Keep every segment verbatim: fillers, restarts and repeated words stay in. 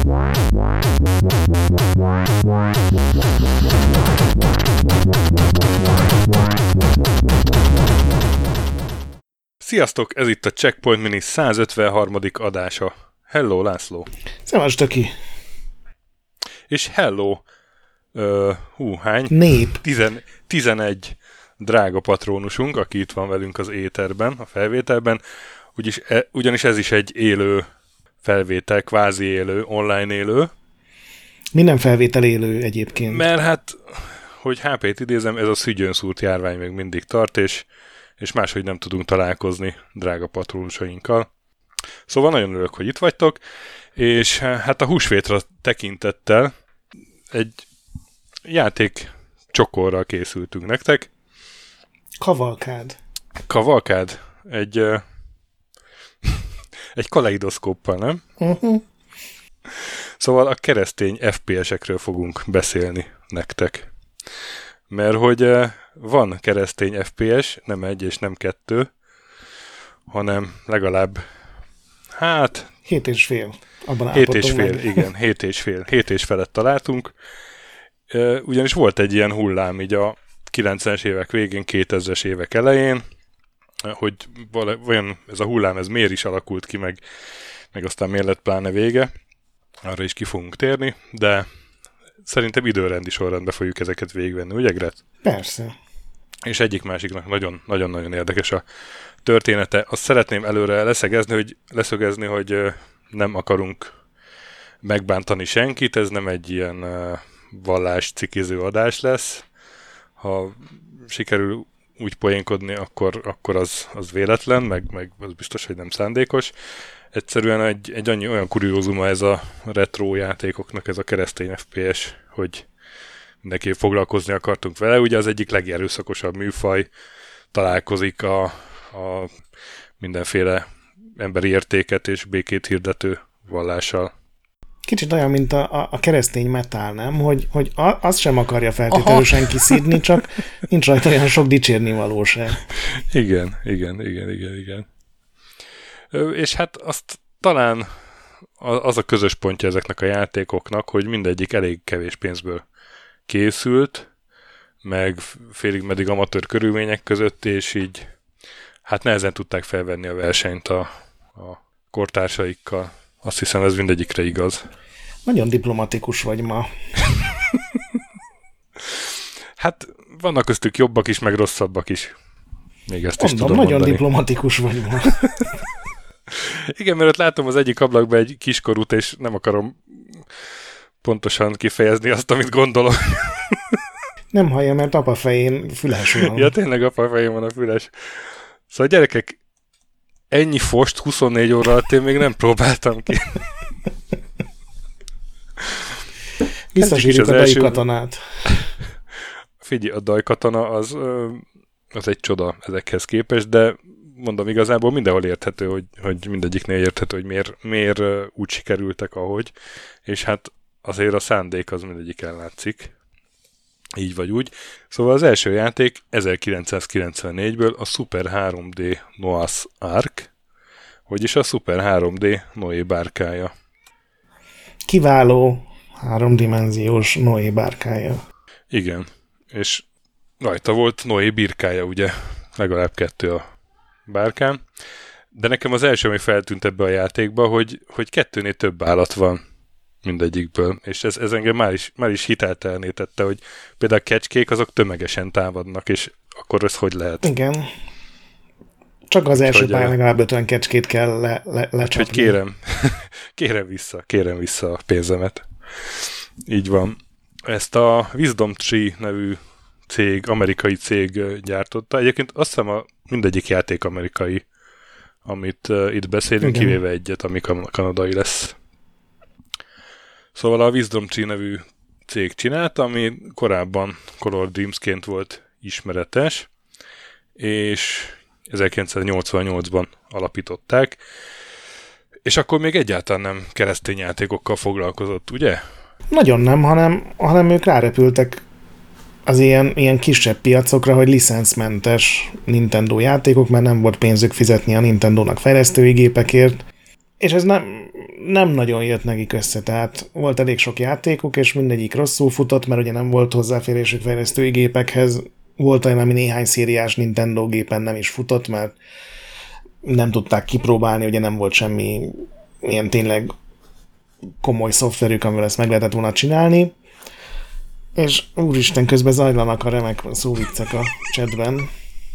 Sziasztok, ez itt a Checkpoint Mini százötvenharmadik adása. Hello, László. Szevasz, Töki. És hello, uh, hú, hány? Nép. Tizen, tizenegy drága patrónusunk, aki itt van velünk az éterben, a felvételben. Úgyis, e, ugyanis ez is egy élő felvétel, kvázi élő, online élő. Minden felvétel élő egyébként. Mert hát, hogy há pét idézem, ez a szügyön szúrt járvány még mindig tart, és, és máshogy nem tudunk találkozni drága patrónusainkkal. Szóval nagyon örülök, hogy itt vagytok, és hát a húsvétra tekintettel egy játék csokorral készültünk nektek. Kavalkád. Kavalkád? Egy, uh, egy kaleidoszkóppal, nem? Uh-huh. Szóval a keresztény ef pé esekről fogunk beszélni nektek. Mert hogy uh, van keresztény ef pé es, nem egy és nem kettő, hanem legalább hát... Hét és fél. Abban hét és fél, meg. igen, hét és fél. Hét és felett találtunk. Uh, ugyanis volt egy ilyen hullám így a kilencvenes évek végén, kétezres évek elején, hogy vajon ez a hullám ez miért is alakult ki, meg, meg aztán miért lett pláne vége. Arra is ki fogunk térni, de szerintem időrendi sorrendben fogjuk ezeket végigvenni, ugye, Gret? Persze. És egyik másiknak nagyon-nagyon érdekes a története. Azt szeretném előre leszögezni, hogy, leszögezni, hogy nem akarunk megbántani senkit, ez nem egy ilyen valláscikiző adás lesz. Ha sikerül úgy poénkodni, akkor, akkor az, az véletlen, meg, meg az biztos, hogy nem szándékos. Egyszerűen egy, egy annyi olyan kuriózuma ez a retro játékoknak, ez a keresztény ef pé es, hogy mindenképp foglalkozni akartunk vele. Ugye az egyik legerőszakosabb műfaj, találkozik a, a mindenféle emberi értéket és békét hirdető vallással. Kicsit olyan, mint a, a keresztény metal, nem? Hogy, hogy azt sem akarja feltétlenül senki szidni, csak nincs rajta olyan sok dicsérnivaló se. Igen, igen, igen, igen, igen. És hát azt talán az a közös pontja ezeknek a játékoknak, hogy mindegyik elég kevés pénzből készült, meg félig meddig amatőr körülmények között, és így hát nehezen tudták felvenni a versenyt a, a kortársaikkal. Azt hiszem, ez mindegyikre igaz. Nagyon diplomatikus vagy ma. Hát vannak köztük jobbak is, meg rosszabbak is. Még ezt Mondom, is tudom nagyon mondani. diplomatikus vagy ma. Igen, mert ott látom az egyik ablakban egy kiskorút, és nem akarom pontosan kifejezni azt, amit gondolok. Nem hallja, mert apa fején füles van. Ja, tényleg apa fején van a füles. Szóval gyerekek, ennyi fost huszonnégy óra alatt én még nem próbáltam ki. Visszasírjuk a első... dajkatonát. Figyelj, a dajkatona az, az egy csoda ezekhez képest, de mondom, igazából mindenhol érthető, hogy, hogy mindegyiknél érthető, hogy miért, miért úgy sikerültek, ahogy, és hát azért a szándék az mindegyik ellátszik. Így vagy úgy. Szóval az első játék ezerkilencszázkilencvennégyből a Super három dé Noah's Ark, vagyis a Super három dé Noé bárkája. Kiváló háromdimenziós Noé bárkája. Igen, és rajta volt Noé birkája, ugye, legalább kettő a bárkán, de nekem az első, ami feltűnt ebbe a játékba, hogy, hogy kettőnél több állat van mindegyikből, és ez, ez engem már is, már is hiteltelenné tette, hogy például a kecskék azok tömegesen támadnak, és akkor ez hogy lehet? Igen. Csak az első pályán legalább ötven kecskét kell le, le, lecsapni. Úgyhogy kérem, kérem vissza, kérem vissza a pénzemet. Így van. Ezt a Wisdom Tree nevű cég, amerikai cég gyártotta. Egyébként azt hiszem a mindegyik játék amerikai, amit uh, itt beszélünk, igen, kivéve egyet, ami kanadai lesz. Szóval a Wisdom Tree nevű cég csinálta, ami korábban Color Dreamsként volt ismeretes, és ezerkilencszáznyolcvannyolcban alapították, és akkor még egyáltalán nem keresztény játékokkal foglalkozott, ugye? Nagyon nem, hanem, hanem ők rárepültek az ilyen, ilyen kisebb piacokra, hogy licenszmentes Nintendo játékok, mert nem volt pénzük fizetni a Nintendónak fejlesztői gépekért, És ez nem, nem nagyon jött nekik össze, tehát volt elég sok játékuk, és mindegyik rosszul futott, mert ugye nem volt hozzáférésük fejlesztői gépekhez. Volt olyan, ami néhány szériás Nintendo gépen nem is futott, mert nem tudták kipróbálni, ugye nem volt semmi ilyen tényleg komoly szoftverük, amivel ezt meg lehetett volna csinálni. És úristen, közben zajlanak a remek szóviccek a chatben.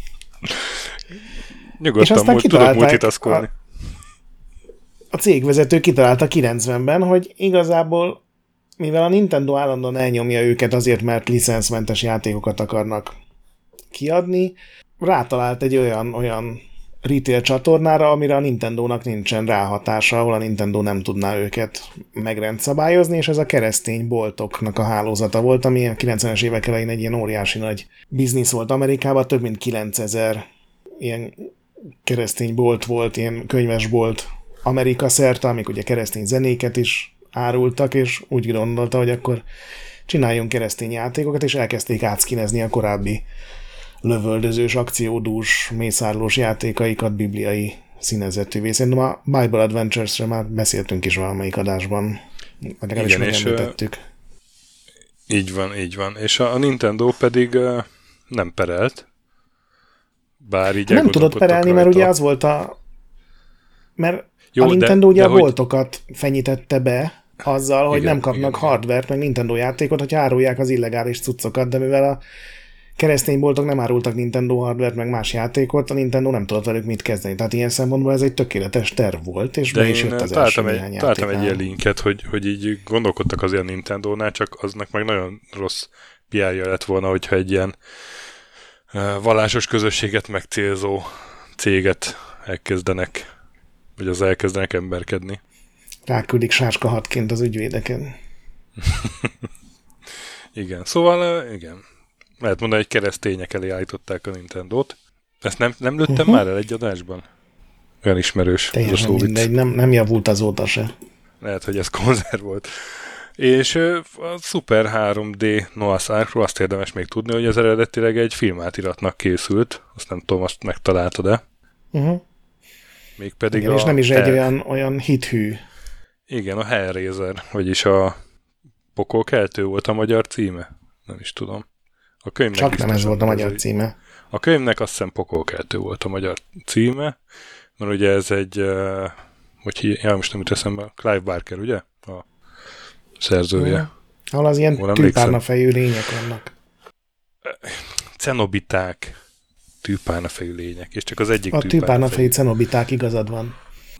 Nyugodtan múlt, tudok multitaskolni. A, a cégvezető kitalálta kilencvenben, hogy igazából, mivel a Nintendo állandóan elnyomja őket azért, mert licenszmentes játékokat akarnak kiadni, rátalált egy olyan, olyan retail csatornára, amire a Nintendónak nincsen ráhatása, ahol a Nintendo nem tudná őket megrendszabályozni, és ez a keresztény boltoknak a hálózata volt, ami a kilencvenes évek elején egy ilyen óriási nagy biznisz volt Amerikában, több mint kilencezer ilyen keresztény bolt volt, ilyen könyvesbolt Amerika szerte, amik ugye keresztény zenéket is árultak, és úgy gondolta, hogy akkor csináljunk keresztény játékokat, és elkezdték átszkinezni a korábbi lövöldözős, akciódús, mészárlós játékaikat bibliai színezetűvé. Szerintem a Bible Adventures-re már beszéltünk is valamelyik adásban. Legalábbis megemlítettük. Így van, így van. És a Nintendo pedig uh, nem perelt. Bár így nem tudott perelni, rajta. Mert ugye az volt a... Mert Jó, a Nintendo de, ugye de a boltokat hogy... fenyítette be azzal, hogy igen, nem kapnak igen, hardware-t, meg Nintendo játékot, hogy árulják az illegális cuccokat, de mivel a keresztény boltok nem árultak Nintendo hardware-t, meg más játékot, a Nintendo nem tudott velük mit kezdeni. Tehát ilyen szempontból ez egy tökéletes terv volt, és de be is jött az első néhány játék. Találtam egy ilyen linket, hogy, hogy így gondolkodtak azért a Nintendónál, csak aznak meg nagyon rossz pé er-ja lett volna, hogyha egy ilyen uh, vallásos közösséget megcélzó céget elkezdenek, vagy az elkezdenek emberkedni. Ráküldik sáskahatként az ügyvédeken. Igen, szóval uh, igen. Lehet mondani, hogy keresztények elé állították a Nintendót. Ezt nem, nem lőttem uh-huh. már el egy adásban? Olyan ismerős. Teljesen mindegy, nem, nem javult azóta se. Lehet, hogy ez konzerv volt. És a Super három dé Noah's Arkról azt érdemes még tudni, hogy az eredetileg egy filmátiratnak készült. Azt nem tudom, azt megtaláltad-e? Uh-huh. Mégpedig igen, a és nem is Hell... egy olyan, olyan hithű. Igen, a Hellraiser, vagyis a Pokolkeltő volt a magyar címe? Nem is tudom. A Csak nem ez volt a magyar egy... címe. A könyvnek azt hiszem Pokolkeltő volt a magyar címe, mert ugye ez egy, uh, hogy hi... ja, most nem jut eszembe, Clive Barker, ugye? A szerzője. Hmm. Ahol az ilyen tűpárnafejű lények vannak. Cenobiták. Tűpárnafejű lények, és csak az egyik a tűpárnafejű cenobiták, igazad van.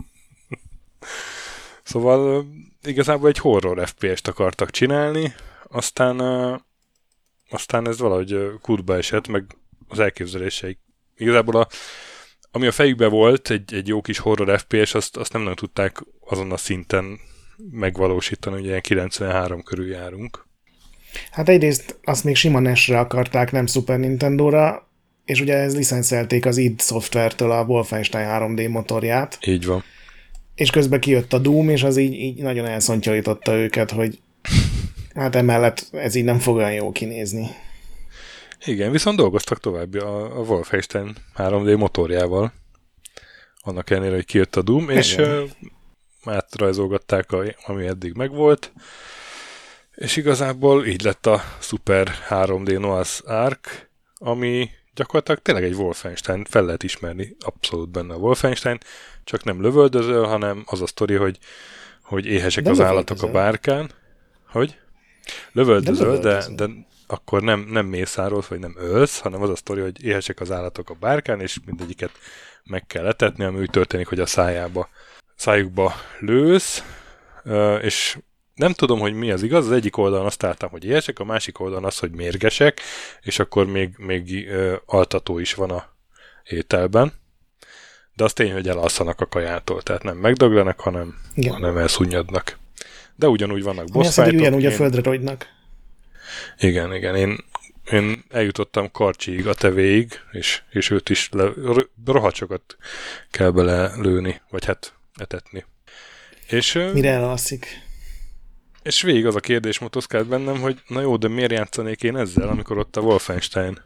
Szóval igazából egy horror ef pé est akartak csinálni, aztán uh, aztán ez valahogy kútba esett, meg az elképzeléseik. Igazából a, ami a fejükben volt, egy, egy jó kis horror ef pé es, azt, azt nem nagyon tudták azon a szinten megvalósítani, ugye ilyen kilencvenhárom körül járunk. Hát egyrészt azt még sima nesre akarták, nem Super Nintendóra, és ugye ez licenszelték az id Software-től a Wolfenstein három dé motorját. Így van. És közben kijött a Doom, és az így, így nagyon elszontyolította őket, hogy hát emellett ez így nem fog olyan jó kinézni. Igen, viszont dolgoztak tovább a, a Wolfenstein három dé motorjával. Annak ellenére, hogy kijött a Doom, és uh, átrajzolgatták, a, ami eddig megvolt. És igazából így lett a Super három dé Noah's Ark, ami gyakorlatilag tényleg egy Wolfenstein, fel lehet ismerni abszolút benne a Wolfenstein, csak nem lövöldözöl, hanem az a sztori, hogy, hogy éhesek de az állatok a bárkán. Hogy? Lövöldözöl, de, de akkor nem, nem mészárolsz, vagy nem ölsz, hanem az a sztori, hogy éhesek az állatok a bárkán, és mindegyiket meg kell etetni, ami úgy történik, hogy a szájába, szájukba lősz, és nem tudom, hogy mi az igaz, az egyik oldalon azt álltam, hogy éhesek, a másik oldalon az, hogy mérgesek, és akkor még, még altató is van a ételben, de az tény, hogy elalszanak a kajától, tehát nem megdöglenek, hanem, hanem elszunnyadnak. De ugyanúgy vannak boss fightok. Ugyanúgy én... a földre rogynak. Igen, igen. Én, én eljutottam Karcsiig, a tevéig, és, és őt is le, rohacsokat kell bele lőni, vagy hát etetni. És, mire elalszik? És végig az a kérdés motoszkált bennem, hogy na jó, de miért játszanék én ezzel, amikor ott a Wolfenstein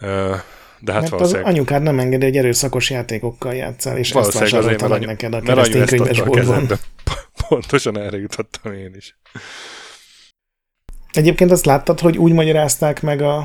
De hát mert valószínűleg... az anyukád nem engedi, hogy erőszakos játékokkal játszál, és ezt vásárolta meg neked a keresztény könyvesboltban. Pontosan erre jutottam én is. Egyébként azt láttad, hogy úgy magyarázták meg a,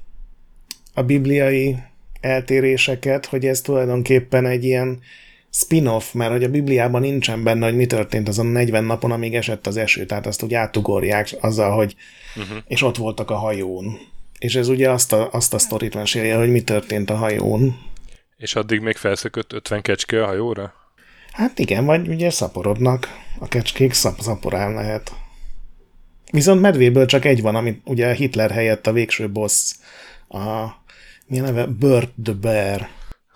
a bibliai eltéréseket, hogy ez tulajdonképpen egy ilyen spin-off, mert hogy a Bibliában nincsen benne, hogy mi történt azon negyven napon, amíg esett az eső, tehát azt úgy átugorják azzal, hogy uh-huh. és ott voltak a hajón. És ez ugye azt a, azt a sztorit mesélje, hogy mi történt a hajón. És addig még felszökött ötven kecske a hajóra? Hát igen, vagy ugye szaporodnak. A kecskék szap, szaporán lehet. Viszont medvéből csak egy van, amit ugye Hitler helyett a végső boss, a mi a neve? Burt the Bear.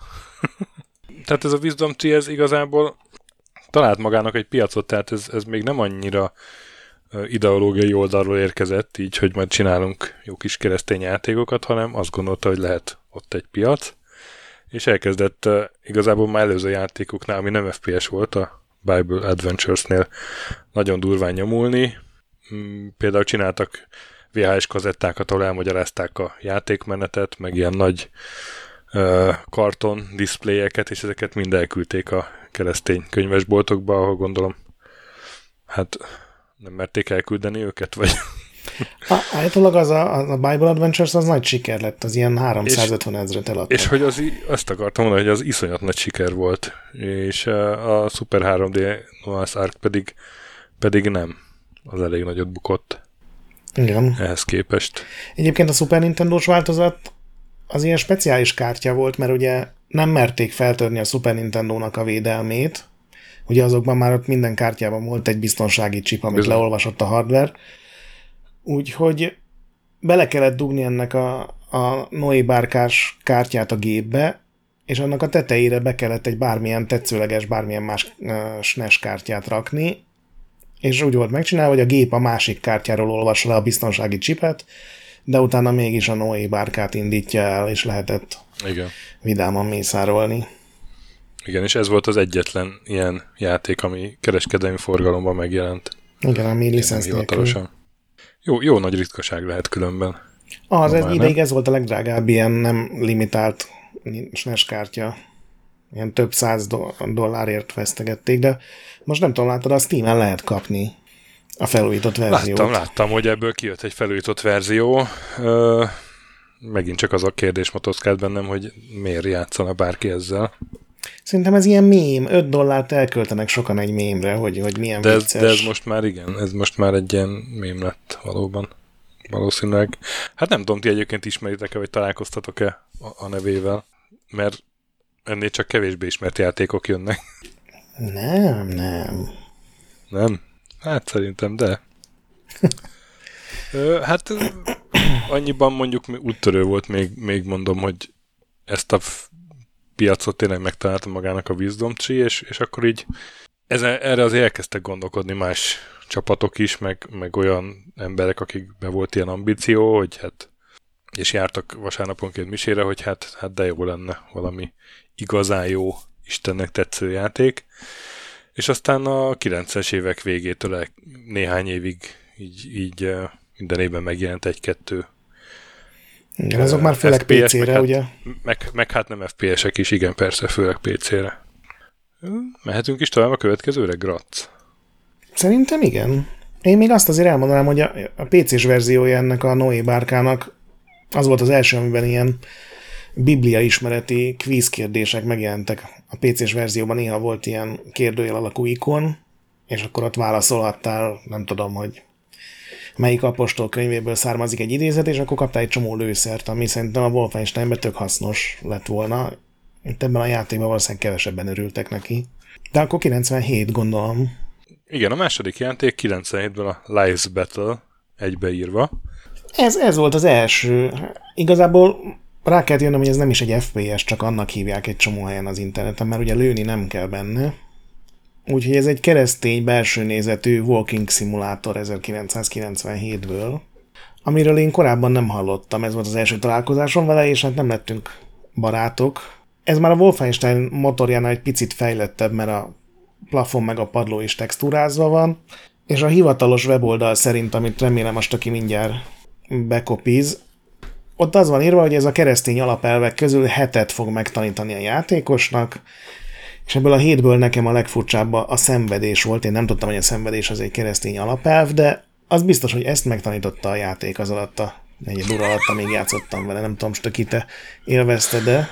Tehát ez a Wisdom Tree, ez igazából talált magának egy piacot, tehát ez, ez még nem annyira ideológiai oldalról érkezett, így, hogy majd csinálunk jó kis keresztény játékokat, hanem azt gondolta, hogy lehet ott egy piac, és elkezdett uh, igazából már előző játékoknál, ami nem ef pé es volt, a Bible Adventures-nél nagyon durván nyomulni. Mm, például csináltak vé há es kazettákat, ahol elmagyarázták a játékmenetet, meg ilyen nagy uh, karton diszpléjeket, és ezeket mind elküldték a keresztény könyvesboltokba, ahol gondolom, hát nem merték elküldeni őket, vagy... Állítólag az a, a Bible Adventures az nagy siker lett, az ilyen háromszázötven ezret eladtak. És hogy az, azt akartam mondani, hogy az iszonyat nagy siker volt, és a Super három dé Noah's Ark pedig, pedig nem. Az elég nagyot bukott. Igen. Ehhez képest. Egyébként a Super Nintendo-s változat az ilyen speciális kártya volt, mert ugye nem merték feltörni a Super Nintendo-nak a védelmét. Ugye azokban már ott minden kártyában volt egy biztonsági chip, amit Bizony. leolvasott a hardware. Úgyhogy bele kellett dugni ennek a, a Noé bárkás kártyát a gépbe, és annak a tetejére be kellett egy bármilyen tetszőleges, bármilyen más uh, es en e es kártyát rakni, és úgy volt megcsinálva, hogy a gép a másik kártyáról olvassa le a biztonsági chipet, de utána mégis a Noé bárkát indítja el, és lehetett Igen. vidáman mészárolni. Igen, és ez volt az egyetlen ilyen játék, ami kereskedelmi forgalomban megjelent. Igen, ami licensz nélkül. Jó, jó nagy ritkaság lehet különben. Az, ez, ideig ez volt a legdrágább ilyen nem limitált es en e es kártya. Ilyen több száz dollárért vesztegették, de most nem tudom, láttad, a Steamen lehet kapni a felújított verziót. Láttam, láttam, hogy ebből kijött egy felújított verzió. Ö, megint csak az a kérdés motoszkált bennem, hogy miért játszana bárki ezzel. Szerintem ez ilyen mém, öt dollárt elköltenek sokan egy mémre, hogy, hogy milyen de ez, vicces. De ez most már igen, ez most már egy ilyen mém lett valóban. Valószínűleg. Hát nem tudom, ti egyébként ismeritek-e, vagy találkoztatok-e a, a nevével, mert ennél csak kevésbé ismert játékok jönnek. Nem, nem. Nem? Hát szerintem, de. Ö, hát annyiban mondjuk úttörő volt, még, még mondom, hogy ezt a piacot tényleg megtalálta magának a Wisdom Tree, és, és akkor így ezen, erre azért elkezdtek gondolkodni más csapatok is, meg, meg olyan emberek, akikbe volt ilyen ambíció, hogy hát, és jártak vasárnaponként misére, hogy hát, hát de jó lenne valami igazán jó, Istennek tetsző játék. És aztán a kilencvenes évek végétől néhány évig így, így minden évben megjelent egy-kettő. Igen, azok már főleg pé cére, meg ugye? Hát, meg, meg hát nem ef pé esek is, igen, persze, főleg pé cére. Mehetünk is tovább a következőre, Gratz? Szerintem igen. Én még azt azért elmondanám, hogy a, a pé cés verziója ennek a Noé bárkának az volt az első, amiben ilyen biblia ismereti kvíz kérdések megjelentek. A pé cés verzióban néha volt ilyen kérdőjel alakú ikon, és akkor ott válaszolhattál, nem tudom, hogy melyik apostol könyvéből származik egy idézet, és akkor kaptál egy csomó lőszert, ami szerintem a Wolfensteinben tök hasznos lett volna. Itt ebben a játékban valószínűleg kevesebben örültek neki. De akkor kilencvenhét, gondolom. Igen, a második játék kilencvenhétben a Lies Battle egybeírva. Ez, ez volt az első. Igazából rá kell jönnöm, hogy ez nem is egy ef pé es, csak annak hívják egy csomó helyen az interneten, mert ugye lőni nem kell benne. Úgyhogy ez egy keresztény belső nézetű walking szimulátor ezerkilencszázkilencvenhétből, amiről én korábban nem hallottam, ez volt az első találkozásom vele, és hát nem lettünk barátok. Ez már a Wolfenstein motorjánál egy picit fejlettebb, mert a plafon meg a padló is textúrázva van, és a hivatalos weboldal szerint, amit remélem most aki mindjárt bekopiz, ott az van írva, hogy ez a keresztény alapelvek közül hetet fog megtanítani a játékosnak, és ebből a hétből nekem a legfurcsább a szenvedés volt. Én nem tudtam, hogy a szenvedés az egy keresztény alapelv, de az biztos, hogy ezt megtanította a játék az alatt a negyed óra alatt, amíg játszottam vele. Nem tudom, Stöki, te élvezte, de...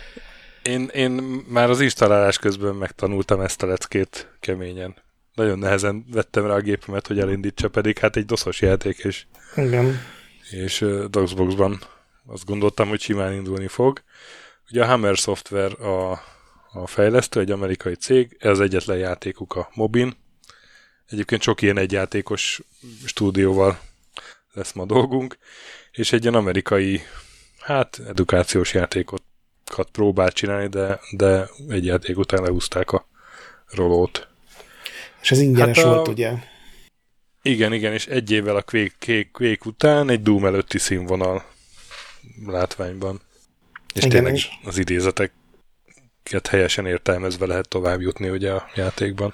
Én, én már az installálás közben megtanultam ezt a leckét keményen. Nagyon nehezen vettem rá a gépemet, hogy elindítsa, pedig hát egy doszos játék, és, Igen. és uh, DOSBoxban azt gondoltam, hogy simán indulni fog. Ugye a Hammer Software a, a fejlesztő, egy amerikai cég, ez egyetlen játékuk a mobin. Egyébként sok ilyen egyjátékos stúdióval lesz ma dolgunk, és egy ilyen amerikai, hát edukációs játékot próbált csinálni, de, de egy játék után lehúzták a rolót. És ez ingyenes hát a... volt, ugye? Igen, igen, és egy évvel a Quake, Quake után egy Doom előtti színvonal látványban. És igen, tényleg és... az idézeteket helyesen értelmezve lehet tovább jutni ugye a játékban.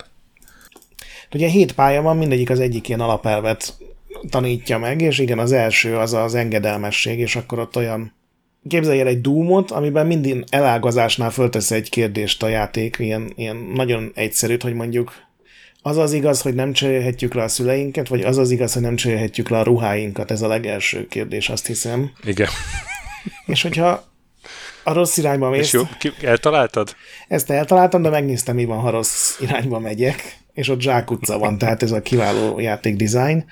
Ugye hét pálya van, mindegyik az egyik ilyen alapelvet tanítja meg, és igen, az első az az engedelmesség, és akkor ott olyan képzelj el egy Doomot, amiben minden elágazásnál föltesz egy kérdést a játék, ilyen, ilyen nagyon egyszerűt, hogy mondjuk az az igaz, hogy nem cserélhetjük le a szüleinket, vagy az az igaz, hogy nem cserélhetjük le a ruháinkat? Ez a legelső kérdés, azt hiszem. Igen. És hogyha a rossz irányba mész... És jó, ki, eltaláltad? Ezt eltaláltam, de megnéztem, mi van, ha rossz irányba megyek, és ott zsákutca van, tehát ez a kiváló játékdesign.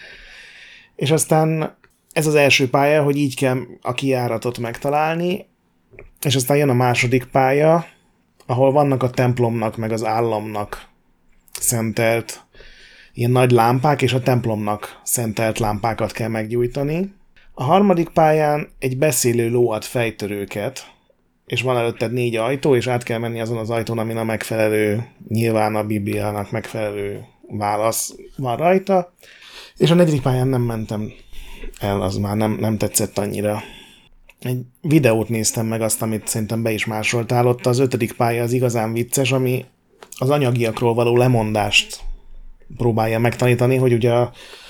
És aztán ez az első pálya, hogy így kell a kijáratot megtalálni, és aztán jön a második pálya, ahol vannak a templomnak, meg az államnak szentelt ilyen nagy lámpák, és a templomnak szentelt lámpákat kell meggyújtani. A harmadik pályán egy beszélő ló ad fejtörőket, és van előtted négy ajtó, és át kell menni azon az ajtón, amin a megfelelő, nyilván a Bibliának megfelelő válasz van rajta. És a negyedik pályán nem mentem el, az már nem, nem tetszett annyira. Egy videót néztem meg, azt, amit szerintem be is másoltál. Ott az ötödik pálya az igazán vicces, ami az anyagiakról való lemondást próbálja megtanítani, hogy ugye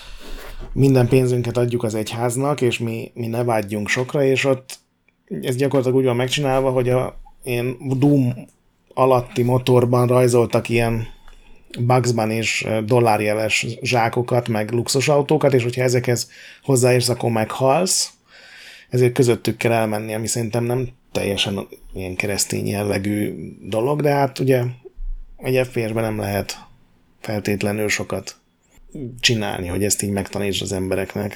minden pénzünket adjuk az egyháznak, és mi, mi ne vágyjunk sokra, és ott ez gyakorlatilag úgy van megcsinálva, hogy a ilyen Doom alatti motorban rajzoltak ilyen Bugs Bunny és dollárjeles zsákokat, meg luxusautókat, és hogyha ezekhez hozzáérsz, akkor meghalsz, ezért közöttük kell elmenni, ami szerintem nem teljesen ilyen keresztény jellegű dolog, de hát ugye egy ef pé es-ben nem lehet feltétlenül sokat csinálni, hogy ezt így megtanítsd az embereknek.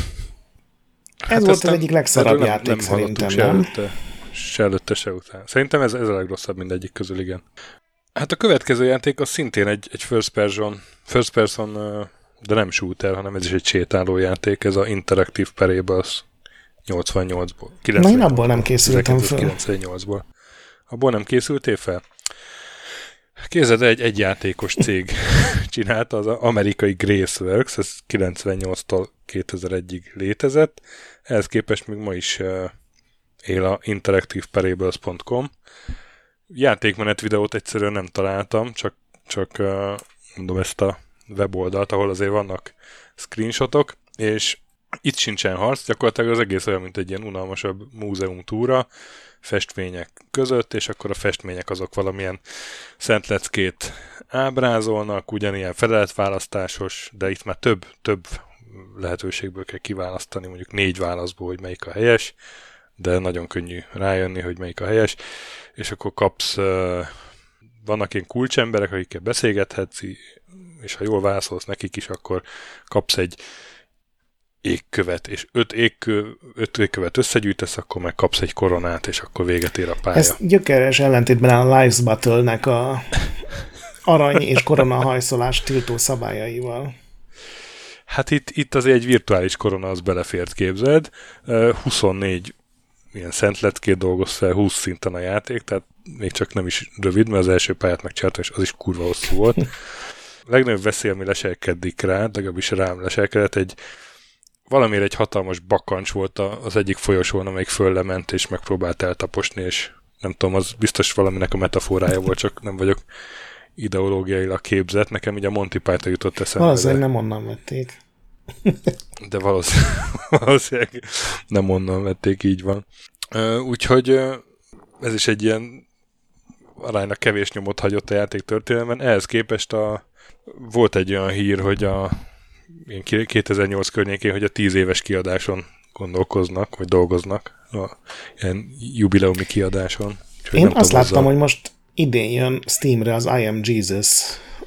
Hát ez volt az egyik legszarabb nem, játék nem szerintem, se nem? Előtte, se előtte, se után. Szerintem ez, ez a legrosszabb mindegyik közül, igen. Hát a következő játék az szintén egy, egy first person, first person, de nem shooter, hanem ez is egy sétáló játék, ez a Interactive Parables nyolcvannyolcból. Na én abból nem készültem fel. kilencvennyolcból. Abból nem készültél fel? Képzeld, egy egyjátékos cég csinálta, az amerikai Graceworks, ez kilencvennyolctól kétezer-egyig létezett, ehhez képest még ma is uh, él a interactive parables pont com. Játékmenet videót egyszerűen nem találtam, csak, csak uh, mondom ezt a weboldalt, ahol azért vannak screenshotok, és itt sincsen harc, gyakorlatilag az egész olyan, mint egy ilyen unalmasabb múzeum túra, festmények között, és akkor a festmények azok valamilyen szent leckét ábrázolnak, ugyanilyen feleletválasztásos, de itt már több, több lehetőségből kell kiválasztani, mondjuk négy válaszból, hogy melyik a helyes, de nagyon könnyű rájönni, hogy melyik a helyes, és akkor kapsz, vannak ilyen kulcsemberek, akikkel beszélgethetsz, és ha jól válaszolsz nekik is, akkor kapsz egy égkövet, és öt, égkö, öt égkövet összegyűjtesz, akkor meg kapsz egy koronát, és akkor véget ér a pálya. Ez gyökeres ellentétben áll a Lives Battle-nek a arany és korona hajszolás tiltó szabályaival. Hát itt, itt azért egy virtuális korona az belefért, képzeld. huszonnégy ilyen szentletkét dolgoz fel, húsz szinten a játék, tehát még csak nem is rövid, mert az első pályát megcsináltam, és az is kurva hosszú volt. A legnagyobb veszély, ami leselkedik rá, legalábbis rám leselkedett, egy valamire egy hatalmas bakancs volt az egyik folyosón, amelyik föllement, és megpróbált eltaposni, és nem tudom, az biztos valaminek a metaforája volt, csak nem vagyok ideológiailag képzett. Nekem így a Monty Python jutott eszembe. Valószínűleg nem onnan vették. De valószínűleg, valószínűleg nem onnan vették, így van. Úgyhogy ez is egy ilyen aránylag kevés nyomot hagyott a játék történelemben. Ehhez képest a, volt egy olyan hír, hogy a kétezer-nyolc környékén, hogy a tíz éves kiadáson gondolkoznak, vagy dolgoznak, a ilyen jubileumi kiadáson. Úgyhogy én azt láttam, azzal... hogy most idén jön Steamre az I Am Jesus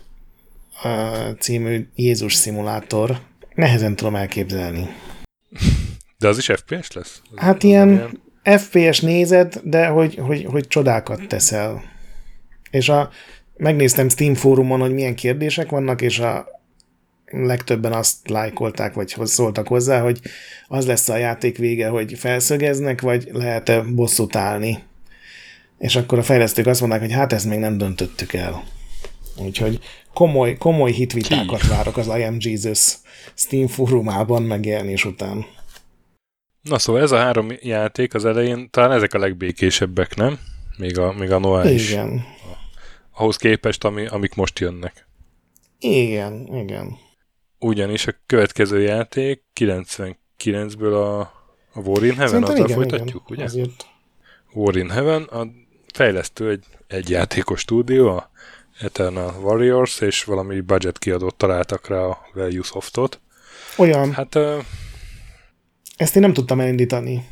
című Jézus szimulátor. Nehezen tudom elképzelni. De az is F P S lesz? Az hát ilyen, ilyen F P S nézed, de hogy, hogy, hogy csodákat teszel. És a, megnéztem Steam fórumon, hogy milyen kérdések vannak, és a legtöbben azt lájkolták, vagy szóltak hozzá, hogy az lesz a játék vége, hogy felszögeznek, vagy lehet-e bosszút állni. És akkor a fejlesztők azt mondták, hogy hát ezt még nem döntöttük el. Úgyhogy komoly, komoly hitvitákat várok az I Am Jesus Steam fórumában megjelenés után. Na szóval ez a három játék az elején, talán ezek a legbékésebbek, nem? Még a, még a Noah is. Igen. Ahhoz képest, ami, amik most jönnek. Igen, igen. Ugyanis a következő játék kilencvenkilencből a, a War in Heaven, Szerintem azzal igen, folytatjuk, igen, ugye? Azért. War in Heaven, a fejlesztő egy, egy játékos stúdió, a Eternal Warriors, és valami budget kiadót találtak rá a Value Softot. Olyan. Hát... Uh, ezt én nem tudtam elindítani.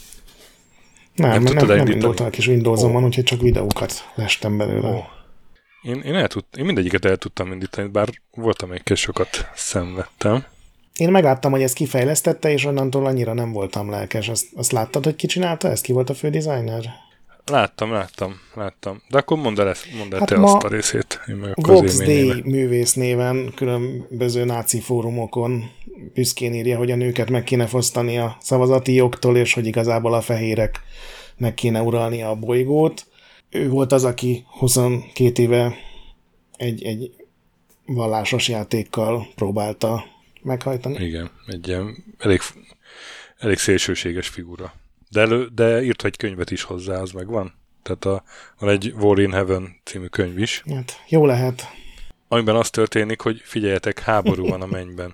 Nem, nem, nem, nem indultam a kis Windowsomon, oh. úgyhogy csak videókat lestem belőle. Oh. Én, én, el tud, én mindegyiket el tudtam indítani, bár voltam egy sokat szenvedtem. Én megláttam, hogy ezt kifejlesztette, és onnantól annyira nem voltam lelkes. Azt, azt láttad, hogy ki csinálta ezt? Ki volt a fődesigner? Láttam, láttam, láttam. De akkor mondd el, ezt, mondd el hát te azt a részét. Én meg Vox Day művész néven különböző náci fórumokon büszkén írja, hogy a nőket meg kéne fosztani a szavazati jogtól, és hogy igazából a fehérek meg kéne uralni a bolygót. Ő volt az, aki huszonkét éve egy, egy vallásos játékkal próbálta meghajtani. Igen, egy ilyen elég, elég szélsőséges figura. De, elő, de írt egy könyvet is hozzá, az megvan. Tehát a, van egy War in Heaven című könyv is. Hát, jó lehet. Amiben az történik, hogy figyeljetek, háború van a mennyben.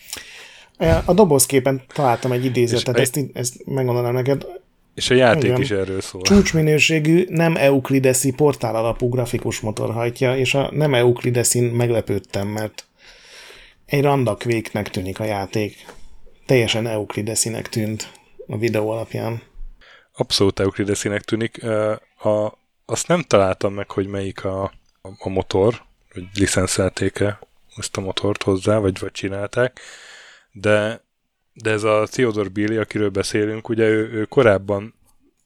A dobozképen találtam egy idézetet, ezt, ezt megmondanám neked. És a játék igen. is erről szól. Csúcsminőségű, nem euklideszi portál alapú grafikus motor hajtja, és a nem euklideszin meglepődtem, mert egy randakvéknek tűnik a játék. Teljesen euklideszinek tűnt a videó alapján. Abszolút euklideszinek tűnik. A, azt nem találtam meg, hogy melyik a, a motor, hogy licenszelték-e ezt a motort hozzá, vagy, vagy csinálták, de de ez a Theodore Billy, akiről beszélünk, ugye ő, ő korábban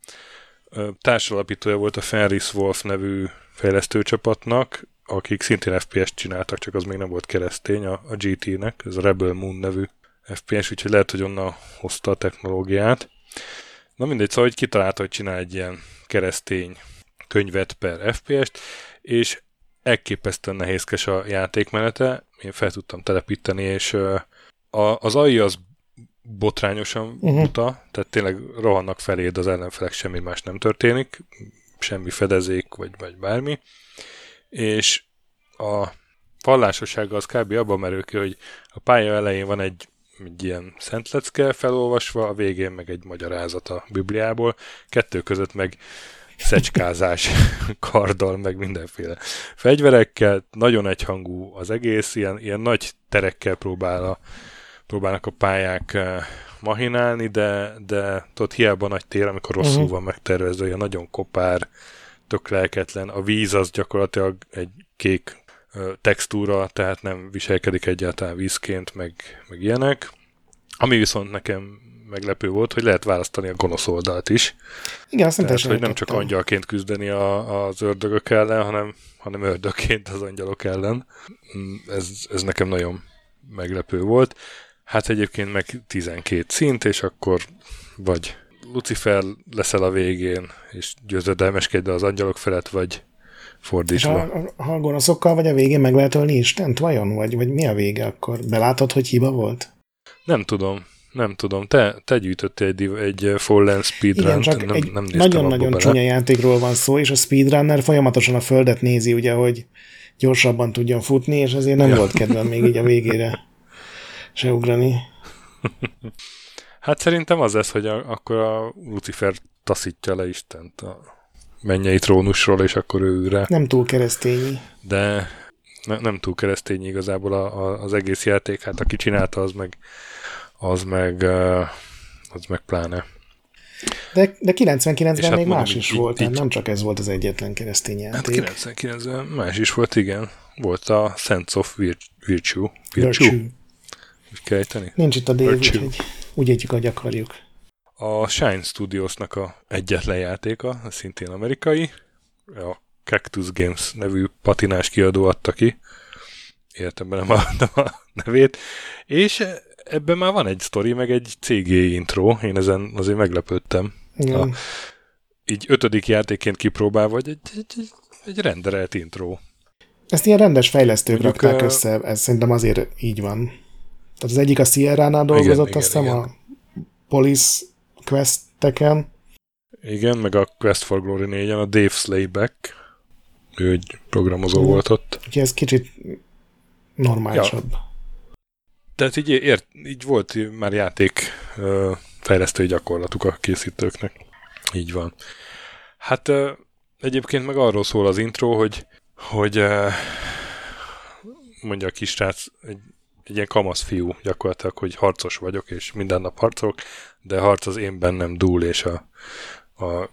társalapítója volt a Fenris Wolf nevű fejlesztőcsapatnak, akik szintén F P S-t csináltak, csak az még nem volt keresztény, a, a gé té-nek, ez a Rebel Moon nevű F P S, úgyhogy lehet, hogy onnan hozta a technológiát. Na mindegy, szóval, hogy kitalálta, hogy csinál egy ilyen keresztény könyvet per F P S-t, és elképesztően nehézkes a játékmenete, én fel tudtam telepíteni, és a, az á i az botrányosan uh-huh. buta, tehát tényleg rohannak feléd az ellenfelek, semmi más nem történik, semmi fedezék, vagy, vagy bármi, és a vallásossága az kb. Abban merül ki, hogy a pálya elején van egy, egy ilyen szentlecke felolvasva, a végén meg egy magyarázat a Bibliából, kettő között meg szecskázás karddal, meg mindenféle fegyverekkel, nagyon egyhangú az egész, ilyen, ilyen nagy terekkel próbál a próbálnak a pályák mahinálni, de, de tudod, hiába nagy tér, amikor rosszul uh-huh. van megtervezve, olyan nagyon kopár, tök lelketlen. A víz az gyakorlatilag egy kék textúra, tehát nem viselkedik egyáltalán vízként, meg, meg ilyenek. Ami viszont nekem meglepő volt, hogy lehet választani a gonosz oldalt is. Igen, azt tehát, hogy nem csak angyalként küzdeni a, az ördögök ellen, hanem, hanem ördögként az angyalok ellen. Ez, ez nekem nagyon meglepő volt. Hát egyébként meg tizenkét szint, és akkor vagy Lucifer leszel a végén, és győzedelmeskedj az angyalok felett, vagy fordítva. És a, a gonoszokkal vagy a végén meg lehet ölni Istent, vajon? Vagy, vagy mi a vége akkor? Belátod, hogy hiba volt? Nem tudom, nem tudom. Te, te gyűjtöttél egy, egy Fallen speedrun-t, csak nem, egy nem néztem nagyon-nagyon csúnya játékról van szó, és a speedrunner folyamatosan a földet nézi, ugye, hogy gyorsabban tudjon futni, és azért nem ja. volt kedvem még így a végére se ugrani. Hát szerintem az lesz, hogy a, akkor a Lucifer taszítja le Istent a mennyei trónusról, és akkor ő ül rá. Nem túl keresztényi. De ne, nem túl keresztény igazából a, a, az egész játék. Hát aki csinálta, az meg az meg, az meg pláne. De, de kilencvenkilencben hát még mondom, más is így, volt, így, nem csak ez volt az egyetlen keresztény játék. Hát kilencvenkilencben más is volt, igen. Volt a Sense of Virtue. Virtue? Virtue. Úgy kell ejteni? Nincs itt a Dave, úgyhogy úgy ejtjük, ahogy akarjuk. A Shine Studiosnak a egyetlen játéka, szintén amerikai, a Cactus Games nevű patinás kiadó adta ki. Életemben nem adtam a nevét. És ebben már van egy sztori, meg egy cé gé intro. Én ezen azért meglepődtem. A, így ötödik játékként kipróbálva, vagy egy, egy, egy, egy renderelt intro. Ezt ilyen rendes fejlesztők Mondjuk, rakták uh, össze, ez szerintem azért így van. Tehát az egyik a Sierra-nál dolgozott, igen, azt hiszem igen. a Police Quest-eken. Igen, meg a Quest for Glory négyen a Dave Slayback. Ő egy programozó mm. volt ott. Úgyhogy ez kicsit normálisabb. Ja. Tehát így, ért, így volt már játék uh, fejlesztői gyakorlatuk a készítőknek. Így van. Hát uh, egyébként meg arról szól az intro, hogy, hogy uh, mondja a kisrác, egy, egy ilyen kamasz fiú gyakorlatilag, hogy harcos vagyok, és minden nap harcolok, de harc az én bennem dúl, és a, a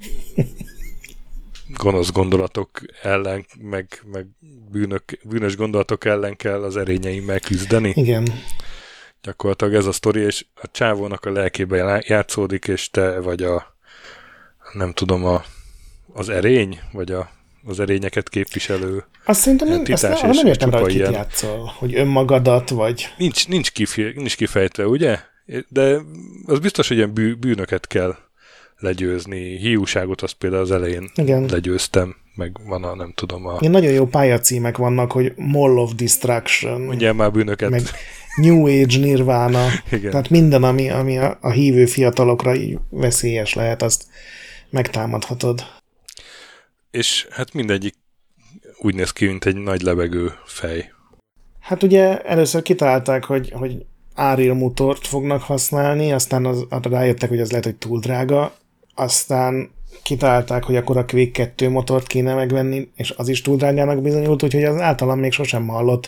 gonosz gondolatok ellen, meg, meg bűnök, bűnös gondolatok ellen kell az erényeimmel küzdeni. Igen. Gyakorlatilag ez a sztori, és a csávónak a lelkében játszódik, és te vagy a, nem tudom, a, az erény, vagy a, az erényeket képviselő. Azt szerintem nem, azt nem, nem értem rá, hogy kit játszol, hogy önmagadat, vagy... Nincs, nincs, kife, nincs kifejtve, ugye? De az biztos, hogy ilyen bű, bűnöket kell legyőzni. Hiúságot azt például az elején igen. legyőztem, meg van a, nem tudom, a... Ilyen nagyon jó pályacímek vannak, hogy Mall of Destruction. Mondjál már bűnöket. Meg New Age Nirvana. Igen. Tehát minden, ami, ami a, a hívő fiatalokra így veszélyes lehet, azt megtámadhatod. És hát mindegyik úgy néz ki, mint egy nagy lebegő fej. Hát ugye először kitalálták, hogy, hogy Unreal motort fognak használni, aztán az, rájöttek, hogy az lehet, hogy túl drága, aztán kitalálták, hogy akkor a Quake kettő motort kéne megvenni, és az is túl drágának bizonyult, úgyhogy az általam még sosem hallott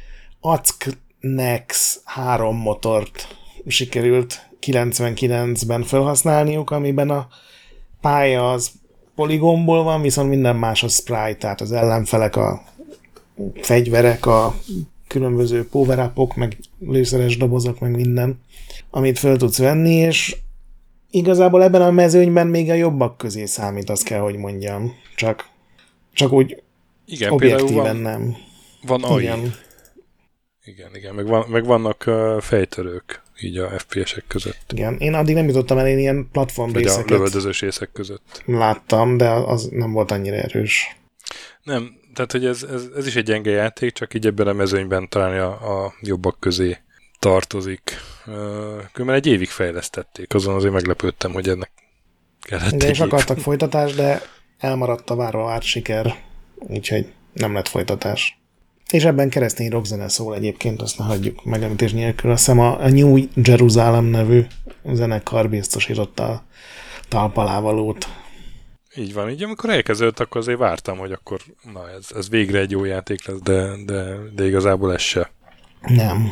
Acknex három motort sikerült kilencvenkilencben felhasználniuk, amiben a pálya az poligonból van, viszont minden más a sprite, tehát az ellenfelek, a fegyverek, a különböző power-upok, meg lőszeres dobozok, meg minden, amit föl tudsz venni, és igazából ebben a mezőnyben még a jobbak közé számít, azt kell, hogy mondjam. Csak, csak úgy igen, objektíven van, nem. Van á i. Igen, igen, igen. Meg, van, meg vannak uh, fejtörők így a ef pé es-ek között. Igen, én addig nem jutottam el, én ilyen platform vagy részeket a lövöldözős részek között. Láttam, de az nem volt annyira erős. Nem, tehát hogy ez, ez, ez is egy gyenge játék, csak így ebben a mezőnyben talán a, a jobbak közé tartozik. Különben egy évig fejlesztették, azon azért meglepődtem, hogy ennek kellett igen, és akartak folytatást, de elmaradt a várva várt siker, úgyhogy nem lett folytatás. És ebben keresztény rockzene szól egyébként, azt ne hagyjuk megemlítés nélkül. Azt hiszem a New Jerusalem nevű zenekar biztosította a talpalávalót. Így van, így amikor elkezdődött, akkor azért vártam, hogy akkor na ez, ez végre egy jó játék lesz, de, de, de igazából ez se. Nem.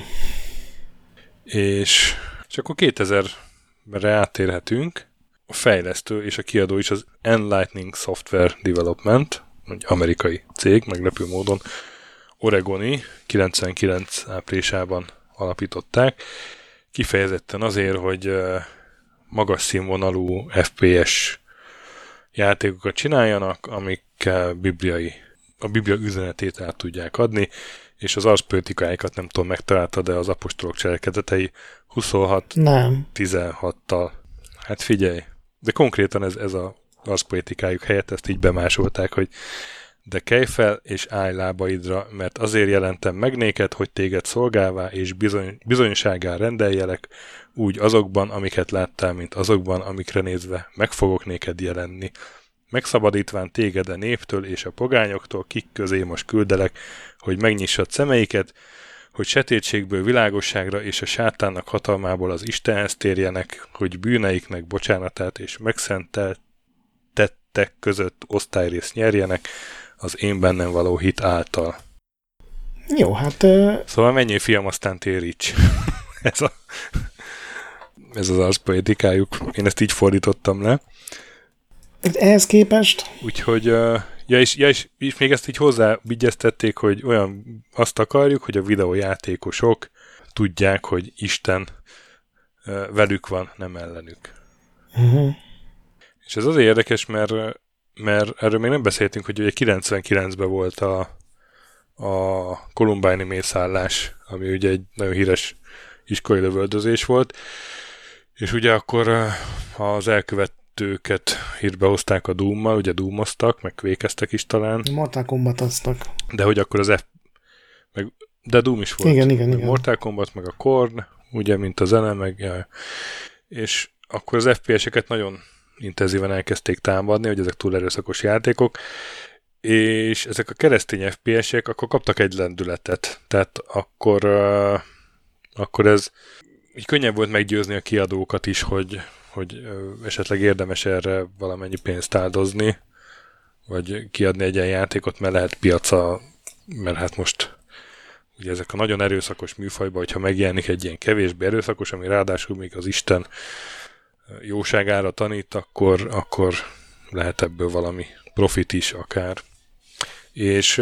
És, és akkor kétezerre áttérhetünk. A fejlesztő és a kiadó is az Enlightening Software Development, egy amerikai cég, meglepő módon oregoni, kilencvenkilenc áprilisában alapították. Kifejezetten azért, hogy magas színvonalú ef pé es játékokat csináljanak, amikkel bibliai, a Biblia üzenetét át tudják adni, és az arszpolitikáikat nem tudom, megtalálta, de az apostolok cselekedetei huszonhat tizenhattal. Hát figyelj, de konkrétan ez, ez az arszpolitikájuk helyett ezt így bemásolták, hogy de kelj fel és állj lábaidra, mert azért jelentem meg néked, hogy téged szolgálvá és bizony, bizonyságá rendeljelek, úgy azokban, amiket láttál, mint azokban, amikre nézve meg fogok néked jelenni. Megszabadítván téged a néptől és a pogányoktól, kik közé most küldelek, hogy megnyissad szemeiket, hogy sötétségből világosságra és a sátánnak hatalmából az Istenhez térjenek, hogy bűneiknek bocsánatát és megszenteltettek között osztályrészt nyerjenek az én bennem való hit által. Jó, hát... Uh... Szóval menjél, fiam, aztán téríts. ez, a, ez az arszpoetikájuk. Én ezt így fordítottam le. Ehhez képest? Úgyhogy... Uh, Ja, és, ja és, és még ezt így hozzávigyeztették, hogy olyan azt akarjuk, hogy a videójátékosok tudják, hogy Isten uh, velük van, nem ellenük. Uh-huh. És ez azért érdekes, mert, mert erről még nem beszéltünk, hogy ugye kilencvenkilencben volt a, a Columbine-i mészállás, ami ugye egy nagyon híres iskolai lövöldözés volt, és ugye akkor az elkövet őket hírbe hozták a Doom-mal, ugye Doom-oztak, meg kvékeztek is talán. Mortal Kombat-oztak. De hogy akkor az F... Meg... De Doom is volt. Igen, igen, igen. Mortal Kombat, meg a Korn, ugye, mint a zene, meg... Ja. És akkor az ef pé es-eket nagyon intenzíven elkezdték támadni, hogy ezek túl erőszakos játékok, és ezek a keresztény ef pé es-ek akkor kaptak egy lendületet. Tehát akkor, uh, akkor ez így könnyebb volt meggyőzni a kiadókat is, hogy hogy esetleg érdemes erre valamennyi pénzt áldozni, vagy kiadni egy ilyen játékot, mert lehet piaca, mert hát most ugye ezek a nagyon erőszakos műfajban, hogyha megjelenik egy ilyen kevésbé erőszakos, ami ráadásul még az Isten jóságára tanít, akkor, akkor lehet ebből valami profit is akár. És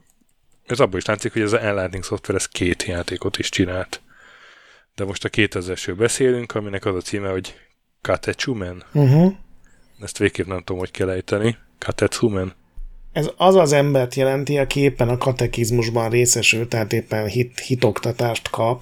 ez abból is látszik, hogy ez az Enlightening Software ez két játékot is csinált. De most a kétezresről beszélünk, aminek az a címe, hogy Katechumen. Uh-huh. Ezt végképp nem tudom, hogy kell ejteni. Katechumen. Ez az az embert jelenti, aki éppen a katekizmusban részesül, tehát éppen hit, hitoktatást kap.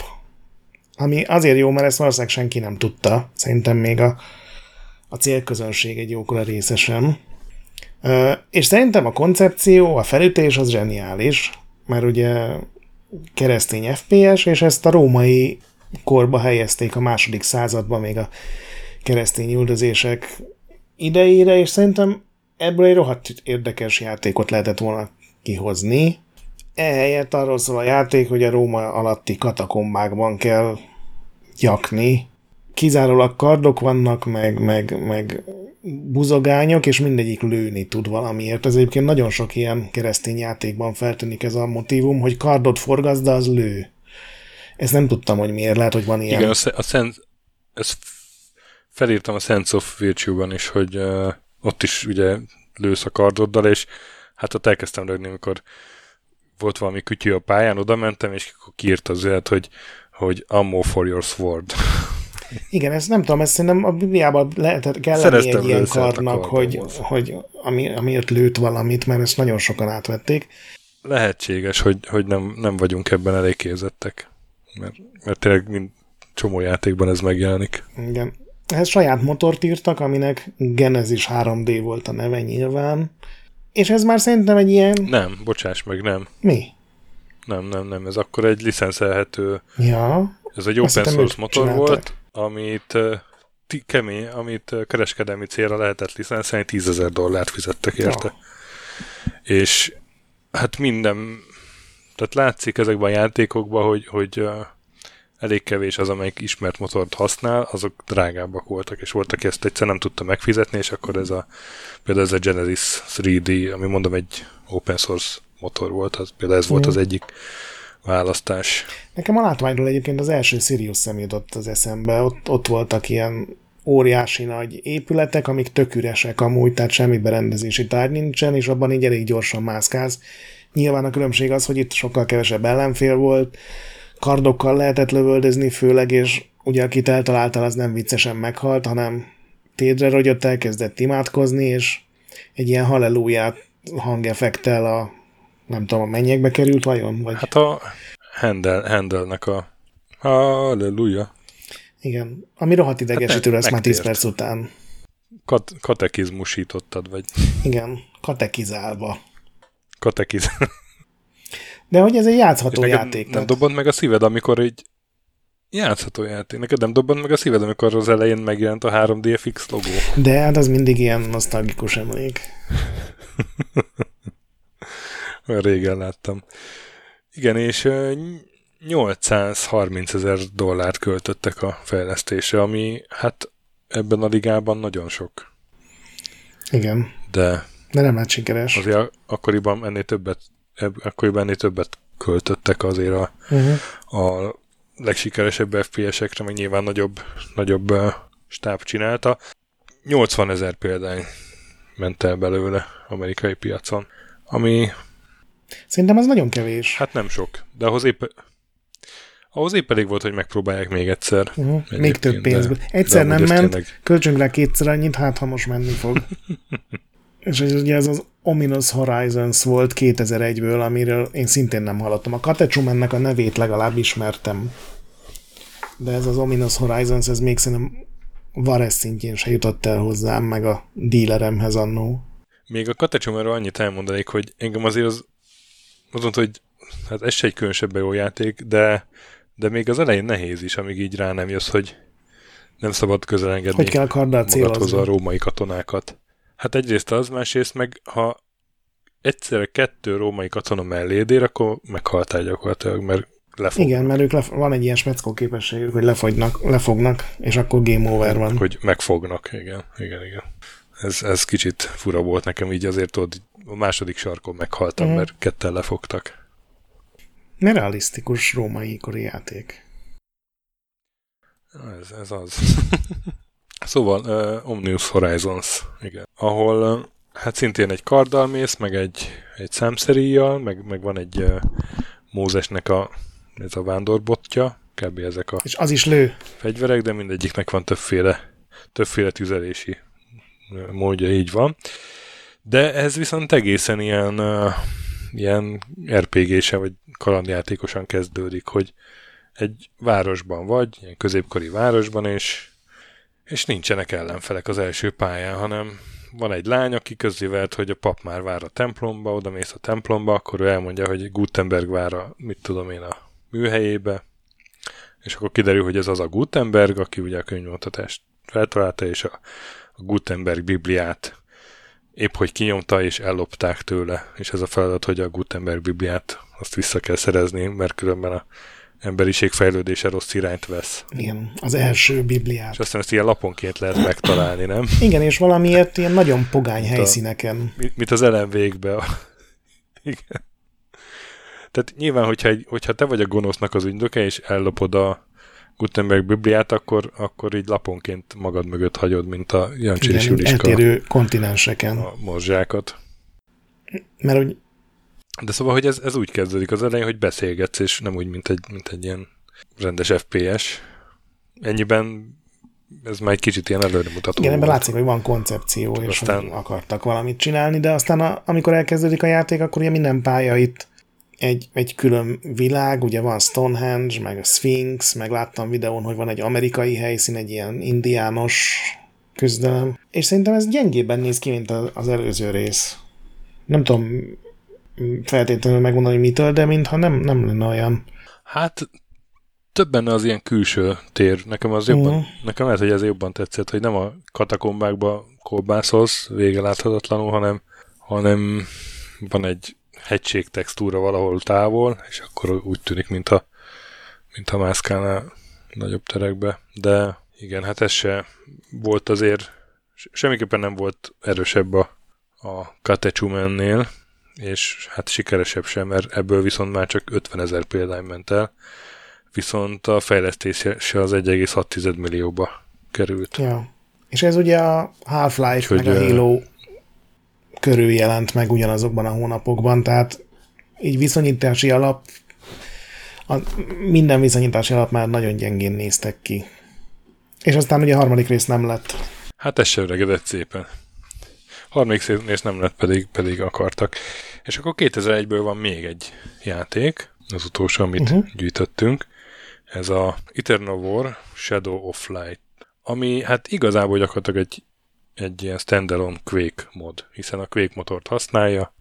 Ami azért jó, mert ezt valószínűleg senki nem tudta. Szerintem még a, a célközönség egy jókora része sem. Uh, és szerintem a koncepció, a felütés az zseniális, mert ugye keresztény ef pé es, és ezt a római korba helyezték a második században még a keresztény üldözések idejére, és szerintem ebből egy rohadt érdekes játékot lehetett volna kihozni. Ehelyett arról szól a játék, hogy a Róma alatti katakombákban kell gyakni. Kizárólag kardok vannak, meg, meg, meg buzogányok, és mindegyik lőni tud valamiért. Ez egyébként nagyon sok ilyen keresztény játékban feltűnik ez a motívum, hogy kardot forgasz, de az lő. Ezt nem tudtam, hogy miért, lehet, hogy van ilyen. Igen, a, a szent, ezt felírtam a Sense of Virtue-ban is, hogy uh, ott is ugye lősz a kardoddal, és hát ott elkezdtem rögni, amikor volt valami kütyű a pályán, oda mentem, és kiírt az élet, hogy, hogy ammo for your sword. Igen, ezt nem tudom, ezt szerintem a Bibliában lehet, kell lenni egy ilyen kardnak, hogy, hogy ami, amiért lőtt valamit, mert ezt nagyon sokan átvették. Lehetséges, hogy, hogy nem, nem vagyunk ebben elég képzettek, mert, mert tényleg mind csomó játékban ez megjelenik. Igen. Ehhez saját motort írtak, aminek Genesis három dé volt a neve nyilván, és ez már szerintem egy ilyen... Nem, bocsáss meg, nem. Mi? Nem, nem, nem, ez akkor egy licenszelhető... Ja. Ez egy open source motor csináltak. Volt, amit uh, t- kemény, amit uh, kereskedelmi célra lehetett licenszelni, tízezer dollárt fizettek érte. Ja. És hát minden... Tehát látszik ezekben a játékokban, hogy, hogy uh, elég kevés az, amelyik ismert motort használ, azok drágábbak voltak, és voltak, aki ezt egyszer nem tudta megfizetni, és akkor ez a például ez a Genesis három dé, ami mondom egy open source motor volt, az, például ez volt mm. az egyik választás. Nekem a látványról egyébként az első Sirius szem jutott az eszembe, ott, ott voltak ilyen óriási nagy épületek, amik tök üresek amúgy, tehát semmi berendezési tárgy nincsen, és abban így elég gyorsan mászkálsz. Nyilván a különbség az, hogy itt sokkal kevesebb ellenfél volt, kardokkal lehetett lövöldözni főleg, és ugye akit eltaláltál, az nem viccesen meghalt, hanem tédre rogyott, elkezdett imádkozni, és egy ilyen halleluját hangeffektel a nem tudom, a mennyekbe került vajon? Vagy... Hát a Handel, Handelnek a halleluja. Igen, ami rohadt idegesítő lesz hát már tíz perc után. Kat- katekizmusítottad, vagy? Igen, katekizálva. Katekizálva. De hogy ez egy játszható játék. Nem tehát... dobbant meg a szíved, amikor egy játszható játék. Neked nem dobbant meg a szíved, amikor az elején megjelent a három dé ef iksz logó. De hát az mindig ilyen nosztalgikus emlék. Olyan régen láttam. Igen, és uh, nyolcszázharmincezer dollárt költöttek a fejlesztésre, ami hát ebben a ligában nagyon sok. Igen. De, De nem lett sikeres. Azért akkoriban ennél többet, akkoriban ennél többet költöttek azért a, uh-huh. a legsikeresebb ef pé esekre, meg nyilván nagyobb, nagyobb uh, stáb csinálta. nyolcvanezer példány ment el belőle amerikai piacon, ami... Szerintem az nagyon kevés. Hát nem sok, de ahhoz épp, ahhoz épp elég volt, hogy megpróbálják még egyszer. Uh-huh. Még több pénzből. Egyszer nem ment, tényleg... költsünk rá kétszer annyit, hát ha most menni fog. És ugye ez az Ominous Horizons volt kétezer-egyből, amiről én szintén nem hallottam. A Katechumennek a nevét legalább ismertem. De ez az Ominous Horizons, ez még szerintem Vares szintjén se jutott el hozzám, meg a díleremhez annó. Még a Katechumenről annyit elmondanék, hogy engem azért az azt mondta, hogy hát ez se egy különösebben jó játék, de, de még az elején nehéz is, amíg így rá nem jössz, hogy nem szabad közel engedni hogy kell magadhoz a római katonákat. Hát egyrészt az, másrészt meg, ha egyszerre kettő római katona melléd ér, akkor meghaltál gyakorlatilag, mert lefognak. Igen, mert ők lef- van egy ilyen speckó képességük, hogy lefogynak, lefognak, és akkor game over van. Hogy megfognak, igen, igen, igen. Ez, ez kicsit fura volt nekem, így azért tudod, a második sarkon meghaltam, mm. mert ketten lefogtak. Nerealisztikus római kori játék. Ez, ez az. Szóval, uh, Ominous Horizons, igen. Ahol uh, hát szintén egy karddal mész, meg egy, egy számszeríjjal, meg, meg van egy uh, Mózesnek a, ez a vándorbotja, kb. Ezek a és az is lő. Fegyverek, de mindegyiknek van többféle, többféle tüzelési módja, így van. De ez viszont egészen ilyen, uh, ilyen er pé gé-sen, vagy kalandjátékosan kezdődik, hogy egy városban vagy, ilyen középkori városban, és, és nincsenek ellenfelek az első pályán, hanem van egy lány, aki közzévelt, hogy a pap már vár a templomba, oda mész a templomba, akkor ő elmondja, hogy Gutenberg vár a, mit tudom én, a műhelyébe, és akkor kiderül, hogy ez az a Gutenberg, aki ugye a könyvnyomtatást feltalálta, és a, a Gutenberg Bibliát épp hogy kinyomta, és ellopták tőle, és ez a feladat, hogy a Gutenberg Bibliát azt vissza kell szerezni, mert különben a emberiség fejlődése rossz irányt vesz. Igen, az első Bibliát. És aztán ezt ilyen laponként lehet megtalálni, nem? Igen, és valamiért ilyen nagyon pogány helyszíneken. Mint, mint az Ellen Wake-be. Igen. Tehát nyilván, hogyha, egy, hogyha te vagy a gonosznak az ügynöke, és ellopod a Gutenberg Bibliát, akkor, akkor így laponként magad mögött hagyod, mint a Jancsi és Juliska. Eltérő kontinenseken. A morzsákat. Mert úgy... De szóval, hogy ez, ez úgy kezdődik az elején, hogy beszélgetsz, és nem úgy, mint egy, mint egy ilyen rendes ef pé es. Ennyiben ez már egy kicsit ilyen előremutató. Igen, ebben látszik, hogy van koncepció, és aztán... akartak valamit csinálni, de aztán a, amikor elkezdődik a játék, akkor ugye minden pálya itt egy, egy külön világ, ugye van Stonehenge, meg a Sphinx, meg láttam videón, hogy van egy amerikai helyszín, egy ilyen indiános küzdelem, és szerintem ez gyengébben néz ki, mint az előző rész. Nem tudom feltétlenül megmondani, hogy mitől, de mintha nem, nem lenne olyan. Hát több benne az ilyen külső tér. Nekem az jobban, uh-huh. nekem lehet, hogy ez jobban tetszett, hogy nem a katakombákba kolbászolsz vége láthatatlanul, hanem, hanem van egy hegység textúra valahol távol, és akkor úgy tűnik, mintha mintha mászkálnál nagyobb terekbe. De igen, hát ez se volt azért, semmiképpen nem volt erősebb a, a Katechumennél, és hát sikeresebb sem, mert ebből viszont már csak ötvenezer példány ment el, viszont a fejlesztése az egy egész hat millióba került. Ja. És ez ugye a Half-Life Úgyhogy meg a Halo körül jelent meg ugyanazokban a hónapokban, tehát így viszonyítási alap, a, minden viszonyítási alap már nagyon gyengén néztek ki. És aztán ugye a harmadik rész nem lett. Hát ez se öregedett szépen. Harmadik rész nem lett, pedig, pedig akartak. És akkor kétezer-egyből van még egy játék, az utolsó, amit uh-huh. gyűjtöttünk. Ez a Eternal War Shadow of Light, ami hát igazából gyakorlatilag egy, egy ilyen standalone Quake mod, hiszen a Quake motort használja,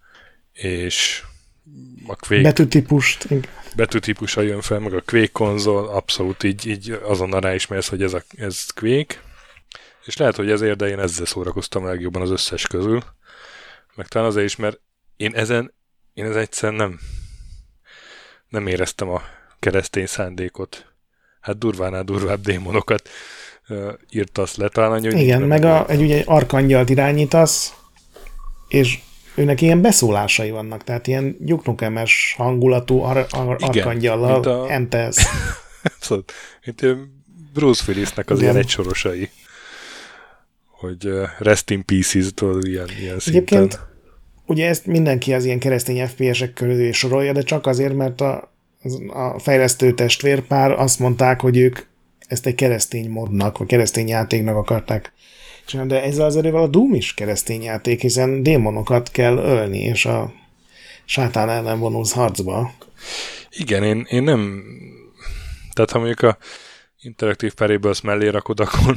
és a Quake betűtípust, betűtípusa jön fel, meg a Quake konzol, abszolút így, így azonnal ráismersz, hogy ez, a, ez Quake, és lehet, hogy ezért, de én ezzel szórakoztam legjobban az összes közül, meg talán azért is, mert én ezen, én ezen egyszerűen nem, nem éreztem a keresztény szándékot. Hát durvánál durvább démonokat uh, írtasz le talán. Hogy igen, meg a, egy ugye arkangyalt irányítasz, és őnek ilyen beszólásai vannak, tehát ilyen gyuknukemes hangulatú ar- ar- arkangyallal a... entesz. Szóval, mint Bruce Willisnek az igen. ilyen egysorosai, hogy uh, rest in pieces, tudod, ilyen, ilyen szinten. Egyébként ugye ezt mindenki az ilyen keresztény ef pé esek körül sorolja, de csak azért, mert a, a fejlesztő testvérpár azt mondták, hogy ők ezt egy keresztény modnak, vagy keresztény játéknak akarták csinálni, de ezzel az erővel a Doom is keresztény játék, hiszen démonokat kell ölni, és a sátán ellen vonulsz harcba. Igen, én, én nem... Tehát ha mondjuk a interaktív Parables mellé rakod, akkor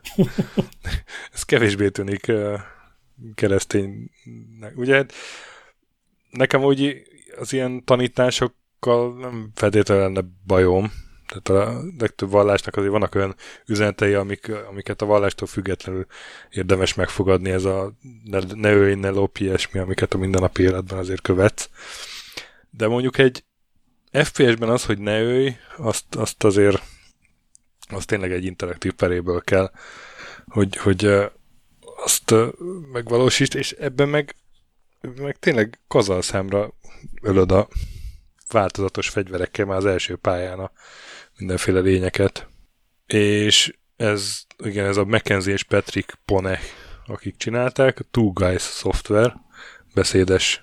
ez kevésbé tűnik uh, kereszténynek. Ugye nekem úgy az ilyen tanításokkal nem feltétlenül lenne bajom. Tehát a legtöbb vallásnak azért vannak olyan üzenetei, amik, amiket a vallástól függetlenül érdemes megfogadni, ez a ne, ne ölj, ne lopj, ilyesmi, amiket a mindennapi életben azért követsz. De mondjuk egy ef pé esben az, hogy ne ölj, azt, azt azért az tényleg egy interaktív peréből kell, hogy, hogy azt megvalósítsd, és ebben meg, meg tényleg kazalszámra ölöd a változatos fegyverekkel már az első pályán a mindenféle lényeket. És ez, igen, ez a Mackenzie és Patrick Poneh, akik csinálták, a Two Guys Software, beszédes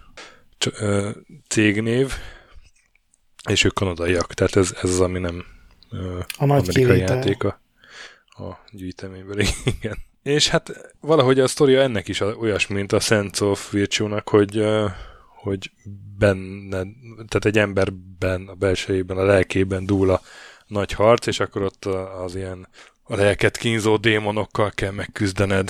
cégnév, és ők kanadaiak, tehát ez, ez az, ami nem a amerikai játék a, a gyűjteményből, igen. És hát valahogy a sztoria ennek is olyasmi, mint a Sense of Virtue-nak, hogy, hogy benne, tehát egy emberben, a belsejében, a lelkében dúl a nagy harc, és akkor ott az ilyen a lelket kínzó démonokkal kell megküzdened.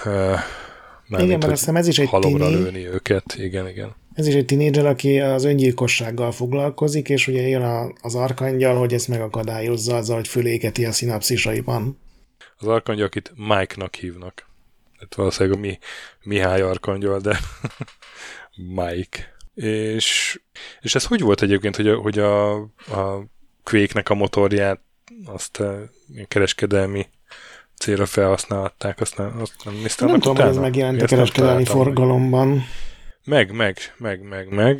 Igen, mert azt hiszem ez is egy halomra lőni őket. Igen, igen. Ez is egy tinédzser, aki az öngyilkossággal foglalkozik, és ugye jön a, az arkangyal, hogy ezt megakadályozza azzal, hogy fölégeti a szinapszisaiban. Az arkangyal, akit Mike-nak hívnak. Tehát valószínűleg a Mi, Mihály arkangyal, de Mike. És, és ez hogy volt egyébként, hogy a, hogy a, a Quake-nek a motorját azt a kereskedelmi célra felhasználhatták, azt nem, azt nem néztem. Nem tudom, hogy ez megjelent a kereskedelmi forgalomban. Meg, meg, meg, meg, meg.